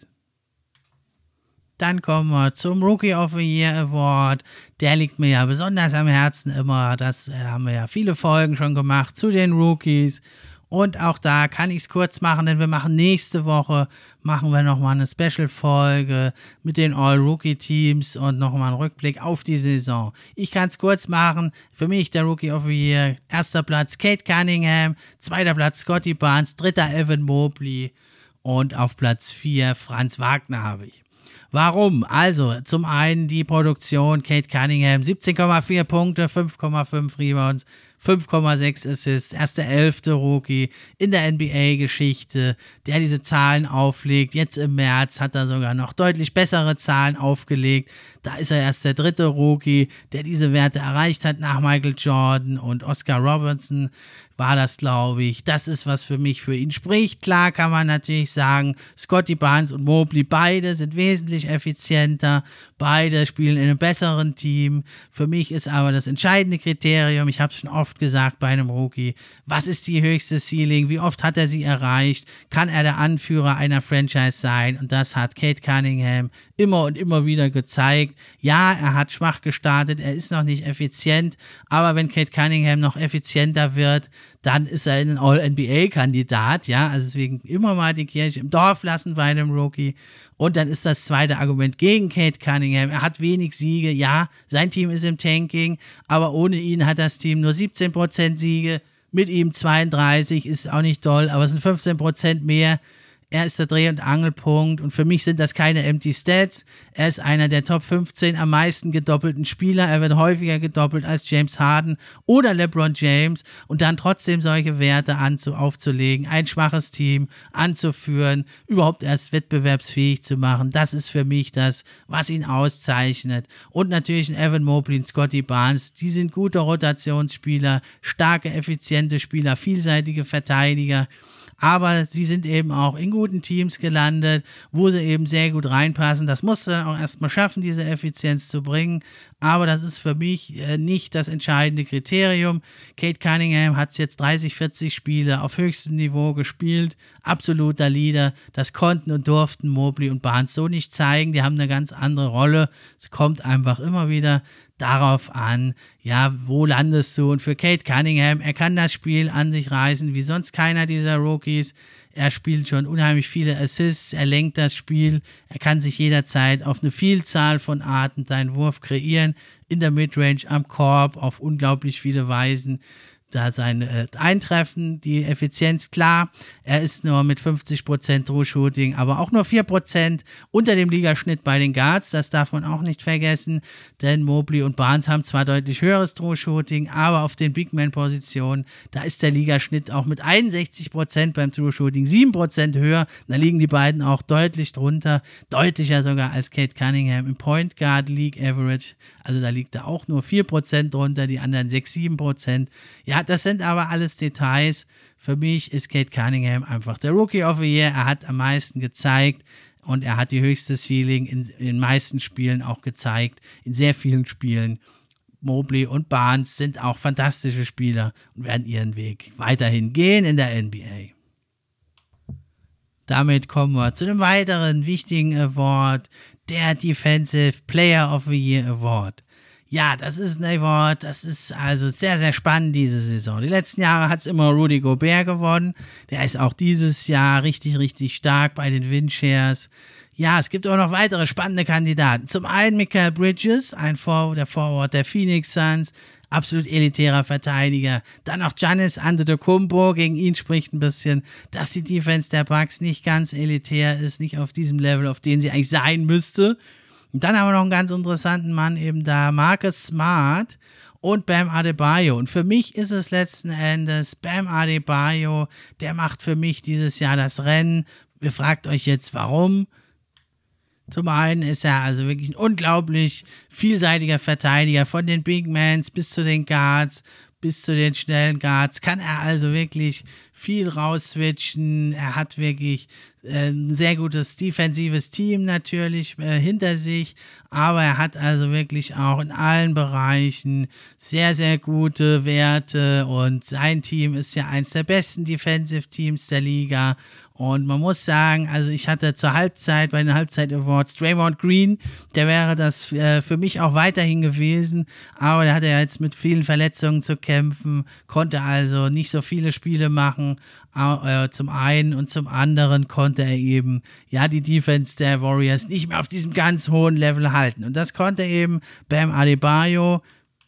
Dann kommen wir zum Rookie of the Year Award. Der liegt mir ja besonders am Herzen immer. Das äh, haben wir ja viele Folgen schon gemacht zu den Rookies. Und auch da kann ich es kurz machen, denn wir machen nächste Woche, machen wir nochmal eine Special-Folge mit den All-Rookie-Teams und nochmal einen Rückblick auf die Saison. Ich kann es kurz machen. Für mich der Rookie of the Year. Erster Platz Cade Cunningham, zweiter Platz Scottie Barnes, dritter Evan Mobley und auf Platz vier Franz Wagner habe ich. Warum? Also, zum einen die Produktion, Cade Cunningham, siebzehn Komma vier Punkte, fünf Komma fünf Rebounds, fünf Komma sechs Assists, erster elfte Rookie in der N B A-Geschichte, der diese Zahlen auflegt. Jetzt im März hat er sogar noch deutlich bessere Zahlen aufgelegt. Da ist er erst der dritte Rookie, der diese Werte erreicht hat nach Michael Jordan und Oscar Robertson war das, glaube ich. Das ist, was für mich für ihn spricht. Klar kann man natürlich sagen, Scottie Barnes und Mobley, beide sind wesentlich effizienter. Beide spielen in einem besseren Team. Für mich ist aber das entscheidende Kriterium, ich habe es schon oft gesagt bei einem Rookie, was ist die höchste Ceiling? Wie oft hat er sie erreicht? Kann er der Anführer einer Franchise sein? Und das hat Cade Cunningham immer und immer wieder gezeigt. Ja, er hat schwach gestartet, er ist noch nicht effizient, aber wenn Cade Cunningham noch effizienter wird, dann ist er ein All-N B A-Kandidat, ja, also deswegen immer mal die Kirche im Dorf lassen bei einem Rookie. Und dann ist das zweite Argument gegen Cade Cunningham. Er hat wenig Siege, ja, sein Team ist im Tanking, aber ohne ihn hat das Team nur siebzehn Prozent Siege, mit ihm zweiunddreißig, ist auch nicht doll, aber es sind fünfzehn Prozent mehr. Er ist der Dreh- und Angelpunkt und für mich sind das keine Empty Stats. Er ist einer der Top fünfzehn am meisten gedoppelten Spieler. Er wird häufiger gedoppelt als James Harden oder LeBron James und dann trotzdem solche Werte anzu- aufzulegen, ein schwaches Team anzuführen, überhaupt erst wettbewerbsfähig zu machen. Das ist für mich das, was ihn auszeichnet. Und natürlich ein Evan Mobley und Scottie Barnes, die sind gute Rotationsspieler, starke, effiziente Spieler, vielseitige Verteidiger. Aber sie sind eben auch in guten Teams gelandet, wo sie eben sehr gut reinpassen. Das musst du dann auch erstmal schaffen, diese Effizienz zu bringen. Aber das ist für mich äh, nicht das entscheidende Kriterium. Cade Cunningham hat jetzt dreißig, vierzig Spiele auf höchstem Niveau gespielt. Absoluter Leader. Das konnten und durften Mobley und Barnes so nicht zeigen. Die haben eine ganz andere Rolle. Es kommt einfach immer wieder darauf an, ja, wo landest du? Und für Cade Cunningham, er kann das Spiel an sich reißen, wie sonst keiner dieser Rookies. Er spielt schon unheimlich viele Assists, er lenkt das Spiel, er kann sich jederzeit auf eine Vielzahl von Arten seinen Wurf kreieren, in der Midrange, am Korb, auf unglaublich viele Weisen. Da sein äh, Eintreffen, die Effizienz, klar, er ist nur mit fünfzig Prozent True Shooting, aber auch nur vier Prozent unter dem Ligaschnitt bei den Guards, das darf man auch nicht vergessen, denn Mobley und Barnes haben zwar deutlich höheres True Shooting, aber auf den Big Man Positionen, da ist der Ligaschnitt auch mit einundsechzig Prozent beim True Shooting, sieben Prozent höher, da liegen die beiden auch deutlich drunter, deutlicher sogar als Cade Cunningham im Point Guard League Average, also da liegt er auch nur vier Prozent drunter, die anderen sechs, sieben Prozent, ja, das sind aber alles Details. Für mich ist Cade Cunningham einfach der Rookie of the Year. Er hat am meisten gezeigt und er hat die höchste Ceiling in, in den meisten Spielen auch gezeigt. In sehr vielen Spielen. Mobley und Barnes sind auch fantastische Spieler und werden ihren Weg weiterhin gehen in der N B A. Damit kommen wir zu einem weiteren wichtigen Award, der Defensive Player of the Year Award. Ja, das ist ein Award, das ist also sehr, sehr spannend diese Saison. Die letzten Jahre hat es immer Rudy Gobert gewonnen. Der ist auch dieses Jahr richtig, richtig stark bei den Winshares. Ja, es gibt auch noch weitere spannende Kandidaten. Zum einen Mikal Bridges, ein Forward, der Forward der Phoenix Suns, absolut elitärer Verteidiger. Dann noch Giannis Antetokounmpo, gegen ihn spricht ein bisschen, dass die Defense der Bucks nicht ganz elitär ist, nicht auf diesem Level, auf dem sie eigentlich sein müsste. Und dann haben wir noch einen ganz interessanten Mann eben da, Marcus Smart und Bam Adebayo. Und für mich ist es letzten Endes Bam Adebayo, der macht für mich dieses Jahr das Rennen. Ihr fragt euch jetzt, warum? Zum einen ist er also wirklich ein unglaublich vielseitiger Verteidiger, von den Big Mans bis zu den Guards, bis zu den schnellen Guards, kann er also wirklich viel rausswitchen. Er hat wirklich äh, ein sehr gutes defensives Team natürlich äh, hinter sich, aber er hat also wirklich auch in allen Bereichen sehr, sehr gute Werte und sein Team ist ja eins der besten Defensive Teams der Liga. Und man muss sagen, also ich hatte zur Halbzeit, bei den Halbzeit-Awards, Draymond Green, der wäre das äh, für mich auch weiterhin gewesen, aber der hatte ja jetzt mit vielen Verletzungen zu kämpfen, konnte also nicht so viele Spiele machen, äh, zum einen, und zum anderen konnte er eben, ja, die Defense der Warriors nicht mehr auf diesem ganz hohen Level halten. Und das konnte eben Bam Adebayo.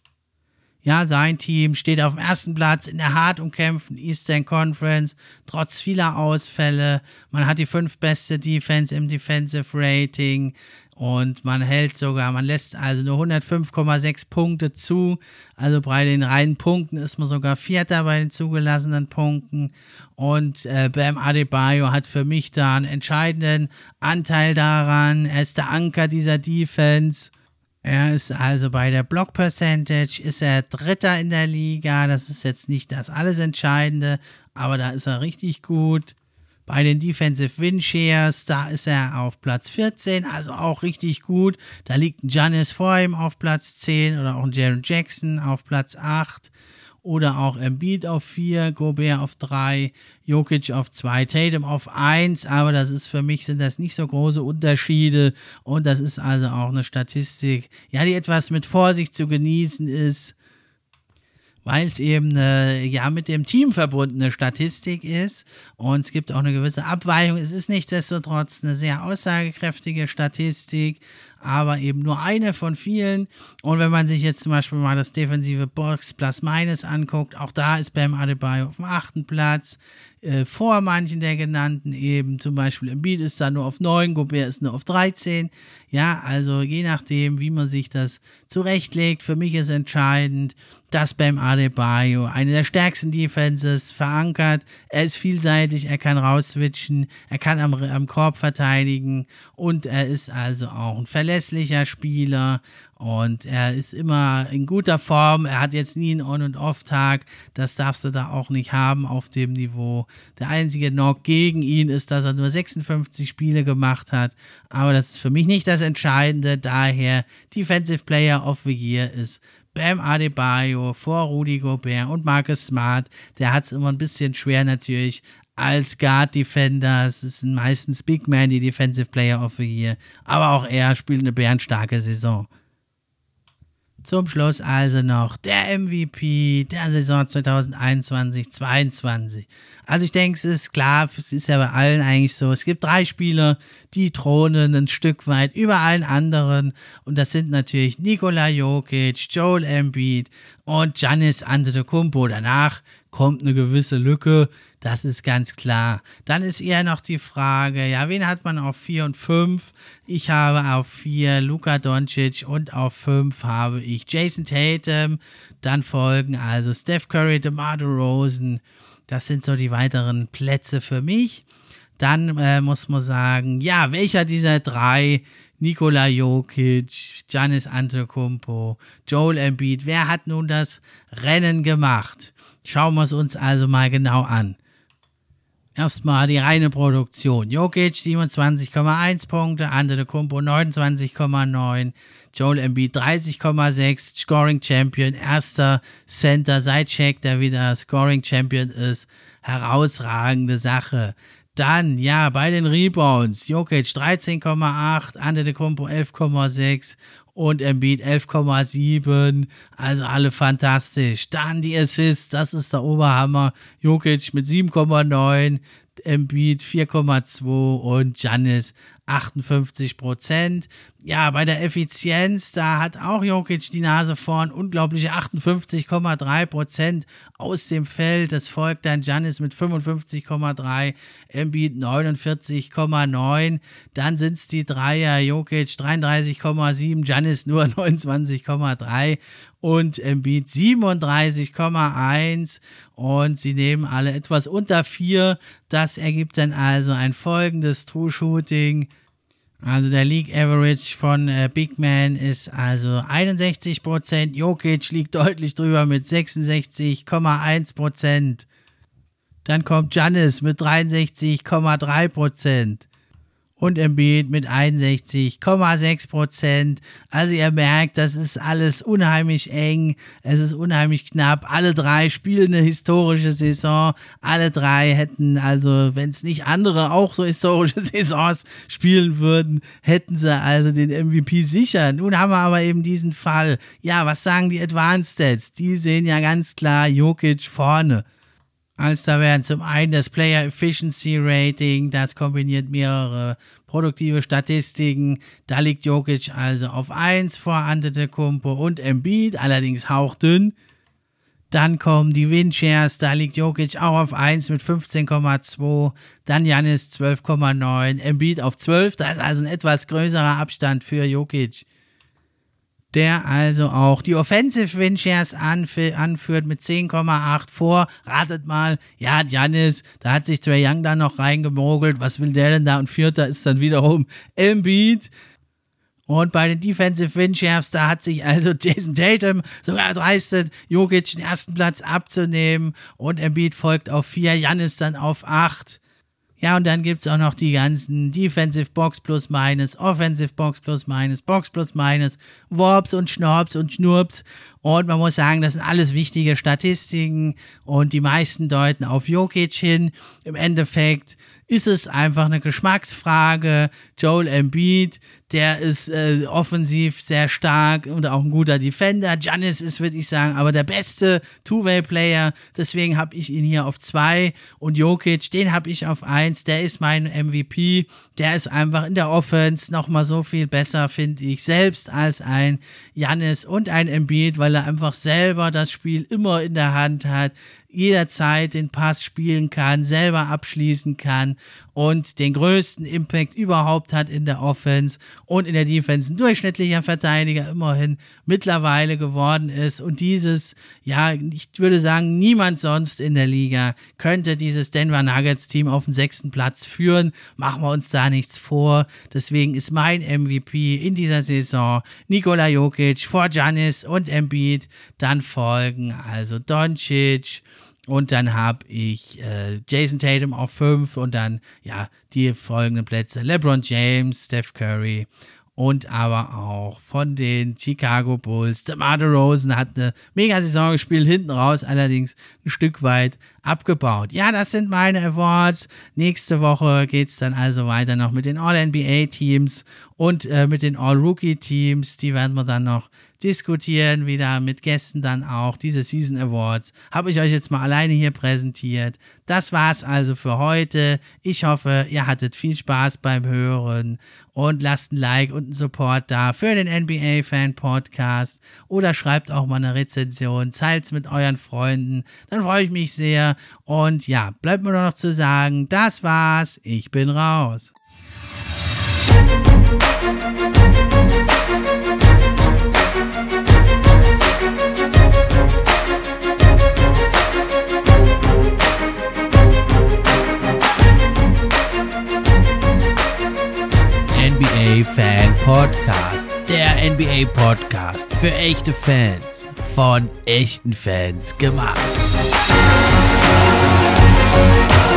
Ja, sein Team steht auf dem ersten Platz in der hart umkämpften Eastern Conference, trotz vieler Ausfälle. Man hat die fünftbeste Defense im Defensive Rating und man hält sogar, man lässt also nur hundertfünf Komma sechs Punkte zu. Also bei den reinen Punkten ist man sogar Vierter bei den zugelassenen Punkten. Und äh, Bam Adebayo hat für mich da einen entscheidenden Anteil daran. Er ist der Anker dieser Defense. Er ist also bei der Block Percentage, ist er Dritter in der Liga. Das ist jetzt nicht das alles Entscheidende, aber da ist er richtig gut. Bei den Defensive Win Shares, da ist er auf Platz vierzehn, also auch richtig gut. Da liegt ein Giannis vor ihm auf Platz zehn oder auch ein Jaren Jackson auf Platz acht. Oder auch Embiid auf vier, Gobert auf drei, Jokic auf zwei, Tatum auf eins, aber das ist für mich, sind das nicht so große Unterschiede und das ist also auch eine Statistik, ja, die etwas mit Vorsicht zu genießen ist, weil es eben eine, ja, mit dem Team verbundene Statistik ist und es gibt auch eine gewisse Abweichung. Es ist nichtsdestotrotz eine sehr aussagekräftige Statistik, aber eben nur eine von vielen. Und wenn man sich jetzt zum Beispiel mal das defensive Box Plus Minus anguckt, auch da ist Bam Adebayo auf dem achten Platz, äh, vor manchen der genannten eben, zum Beispiel Embiid ist da nur auf neun, Gobert ist nur auf dreizehn. Ja, also je nachdem, wie man sich das zurechtlegt, für mich ist entscheidend, dass Bam Adebayo eine der stärksten Defenses verankert. Er ist vielseitig, er kann rausswitchen, er kann am, am Korb verteidigen und er ist also auch ein verlässlicher Spieler und er ist immer in guter Form. Er hat jetzt nie einen On- und Off-Tag, das darfst du da auch nicht haben auf dem Niveau. Der einzige Knock gegen ihn ist, dass er nur sechsundfünfzig Spiele gemacht hat, aber das ist für mich nicht das Entscheidende, daher Defensive Player of the Year ist Bam Adebayo vor Rudy Gobert und Marcus Smart. Der hat es immer ein bisschen schwer natürlich als Guard-Defender. Es sind meistens Big Man, die Defensive Player of the Year. Aber auch er spielt eine bärenstarke Saison. Zum Schluss also noch der M V P der Saison zwanzig einundzwanzig zweiundzwanzig. Also ich denke, es ist klar, es ist ja bei allen eigentlich so, es gibt drei Spieler, die thronen ein Stück weit über allen anderen und das sind natürlich Nikola Jokic, Joel Embiid und Giannis Antetokounmpo. Danach kommt eine gewisse Lücke, das ist ganz klar. Dann ist eher noch die Frage, ja, wen hat man auf vier und fünf? Ich habe auf vier Luka Doncic und auf fünf habe ich Jason Tatum. Dann folgen also Steph Curry, DeMar DeRozan. Das sind so die weiteren Plätze für mich. Dann äh, muss man sagen, ja, welcher dieser drei, Nikola Jokic, Giannis Antetokounmpo, Joel Embiid, wer hat nun das Rennen gemacht? Schauen wir es uns also mal genau an. Erstmal die reine Produktion. Jokic siebenundzwanzig Komma eins Punkte, Antetokounmpo neunundzwanzig Komma neun, Joel Embiid dreißig Komma sechs, Scoring Champion, erster Center seit Shaq, der wieder Scoring Champion ist. Herausragende Sache. Dann, ja, bei den Rebounds, Jokic dreizehn Komma acht, Antetokounmpo elf Komma sechs und Embiid elf Komma sieben, also alle fantastisch. Dann die Assists, das ist der Oberhammer, Jokic mit sieben Komma neun, Embiid vier Komma zwei und Giannis achtundfünfzig Prozent. Ja, bei der Effizienz, da hat auch Jokic die Nase vorn, unglaubliche achtundfünfzig Komma drei Prozent aus dem Feld. Das folgt dann Giannis mit fünfundfünfzig Komma drei, Embiid neunundvierzig Komma neun. Dann sind es die Dreier, Jokic dreiunddreißig Komma sieben, Giannis nur neunundzwanzig Komma drei und Embiid siebenunddreißig Komma eins und sie nehmen alle etwas unter vier. Das ergibt dann also ein folgendes True Shooting. Also der League Average von äh, Big Man ist also einundsechzig Prozent, Jokic liegt deutlich drüber mit sechsundsechzig Komma eins Prozent. Dann kommt Giannis mit dreiundsechzig Komma drei Prozent. Und Embiid mit einundsechzig Komma sechs Prozent. Also ihr merkt, das ist alles unheimlich eng, es ist unheimlich knapp. Alle drei spielen eine historische Saison. Alle drei hätten, also wenn es nicht andere auch so historische Saisons spielen würden, hätten sie also den M V P sicher. Nun haben wir aber eben diesen Fall. Ja, was sagen die Advanced Stats? Die sehen ja ganz klar Jokic vorne. Also da wären zum einen das Player Efficiency Rating, das kombiniert mehrere produktive Statistiken. Da liegt Jokic also auf eins vor Antetokounmpo und Embiid, allerdings hauchdünn. Dann kommen die Win-Shares, da liegt Jokic auch auf eins mit fünfzehn Komma zwei, dann Giannis zwölf Komma neun, Embiid auf zwölf, da ist also ein etwas größerer Abstand für Jokic, der also auch die Offensive Win-Shares anf- anführt mit zehn Komma acht vor. Ratet mal, ja, Giannis, da hat sich Trae Young da noch reingemogelt. Was will der denn da? Und Vierter ist dann wiederum Embiid. Und bei den Defensive Win-Shares, da hat sich also Jason Tatum sogar erdreistet, Jokic den ersten Platz abzunehmen. Und Embiid folgt auf vier, Giannis dann auf acht. Ja, und dann gibt es auch noch die ganzen Defensive Box plus Minus, Offensive Box plus Minus, Box plus Minus, Warps und Schnorps und Schnurps. Und man muss sagen, das sind alles wichtige Statistiken und die meisten deuten auf Jokic hin. Im Endeffekt ist es einfach eine Geschmacksfrage. Joel Embiid, der ist äh, offensiv sehr stark und auch ein guter Defender. Giannis ist, würde ich sagen, aber der beste Two-Way-Player. Deswegen habe ich ihn hier auf zwei. Und Jokic, den habe ich auf eins. Der ist mein M V P. Der ist einfach in der Offense nochmal so viel besser, finde ich, selbst als ein Giannis und ein Embiid, weil er einfach selber das Spiel immer in der Hand hat, jederzeit den Pass spielen kann, selber abschließen kann und den größten Impact überhaupt hat in der Offense und in der Defense ein durchschnittlicher Verteidiger immerhin mittlerweile geworden ist. Und dieses, ja, ich würde sagen, niemand sonst in der Liga könnte dieses Denver Nuggets Team auf den sechsten Platz führen. Machen wir uns da nichts vor. Deswegen ist mein M V P in dieser Saison Nikola Jokic vor Giannis und Embiid. Dann folgen also Doncic. Und dann habe ich äh, Jason Tatum auf fünf und dann, ja, die folgenden Plätze. LeBron James, Steph Curry und aber auch von den Chicago Bulls. DeMar DeRozan hat eine Mega-Saison gespielt, hinten raus allerdings ein Stück weit abgebaut. Ja, das sind meine Awards. Nächste Woche geht es dann also weiter noch mit den All N B A Teams und äh, mit den All Rookie Teams. Die werden wir dann noch diskutieren, wieder mit Gästen dann auch. Diese Season Awards habe ich euch jetzt mal alleine hier präsentiert. Das war's also für heute. Ich hoffe, ihr hattet viel Spaß beim Hören und lasst ein Like und einen Support da für den N B A-Fan-Podcast oder schreibt auch mal eine Rezension, teilt's mit euren Freunden, dann freue ich mich sehr. Und ja, bleibt mir nur noch zu sagen, das war's, ich bin raus. N B A-Fan Podcast, der N B A-Podcast für echte Fans, von echten Fans gemacht.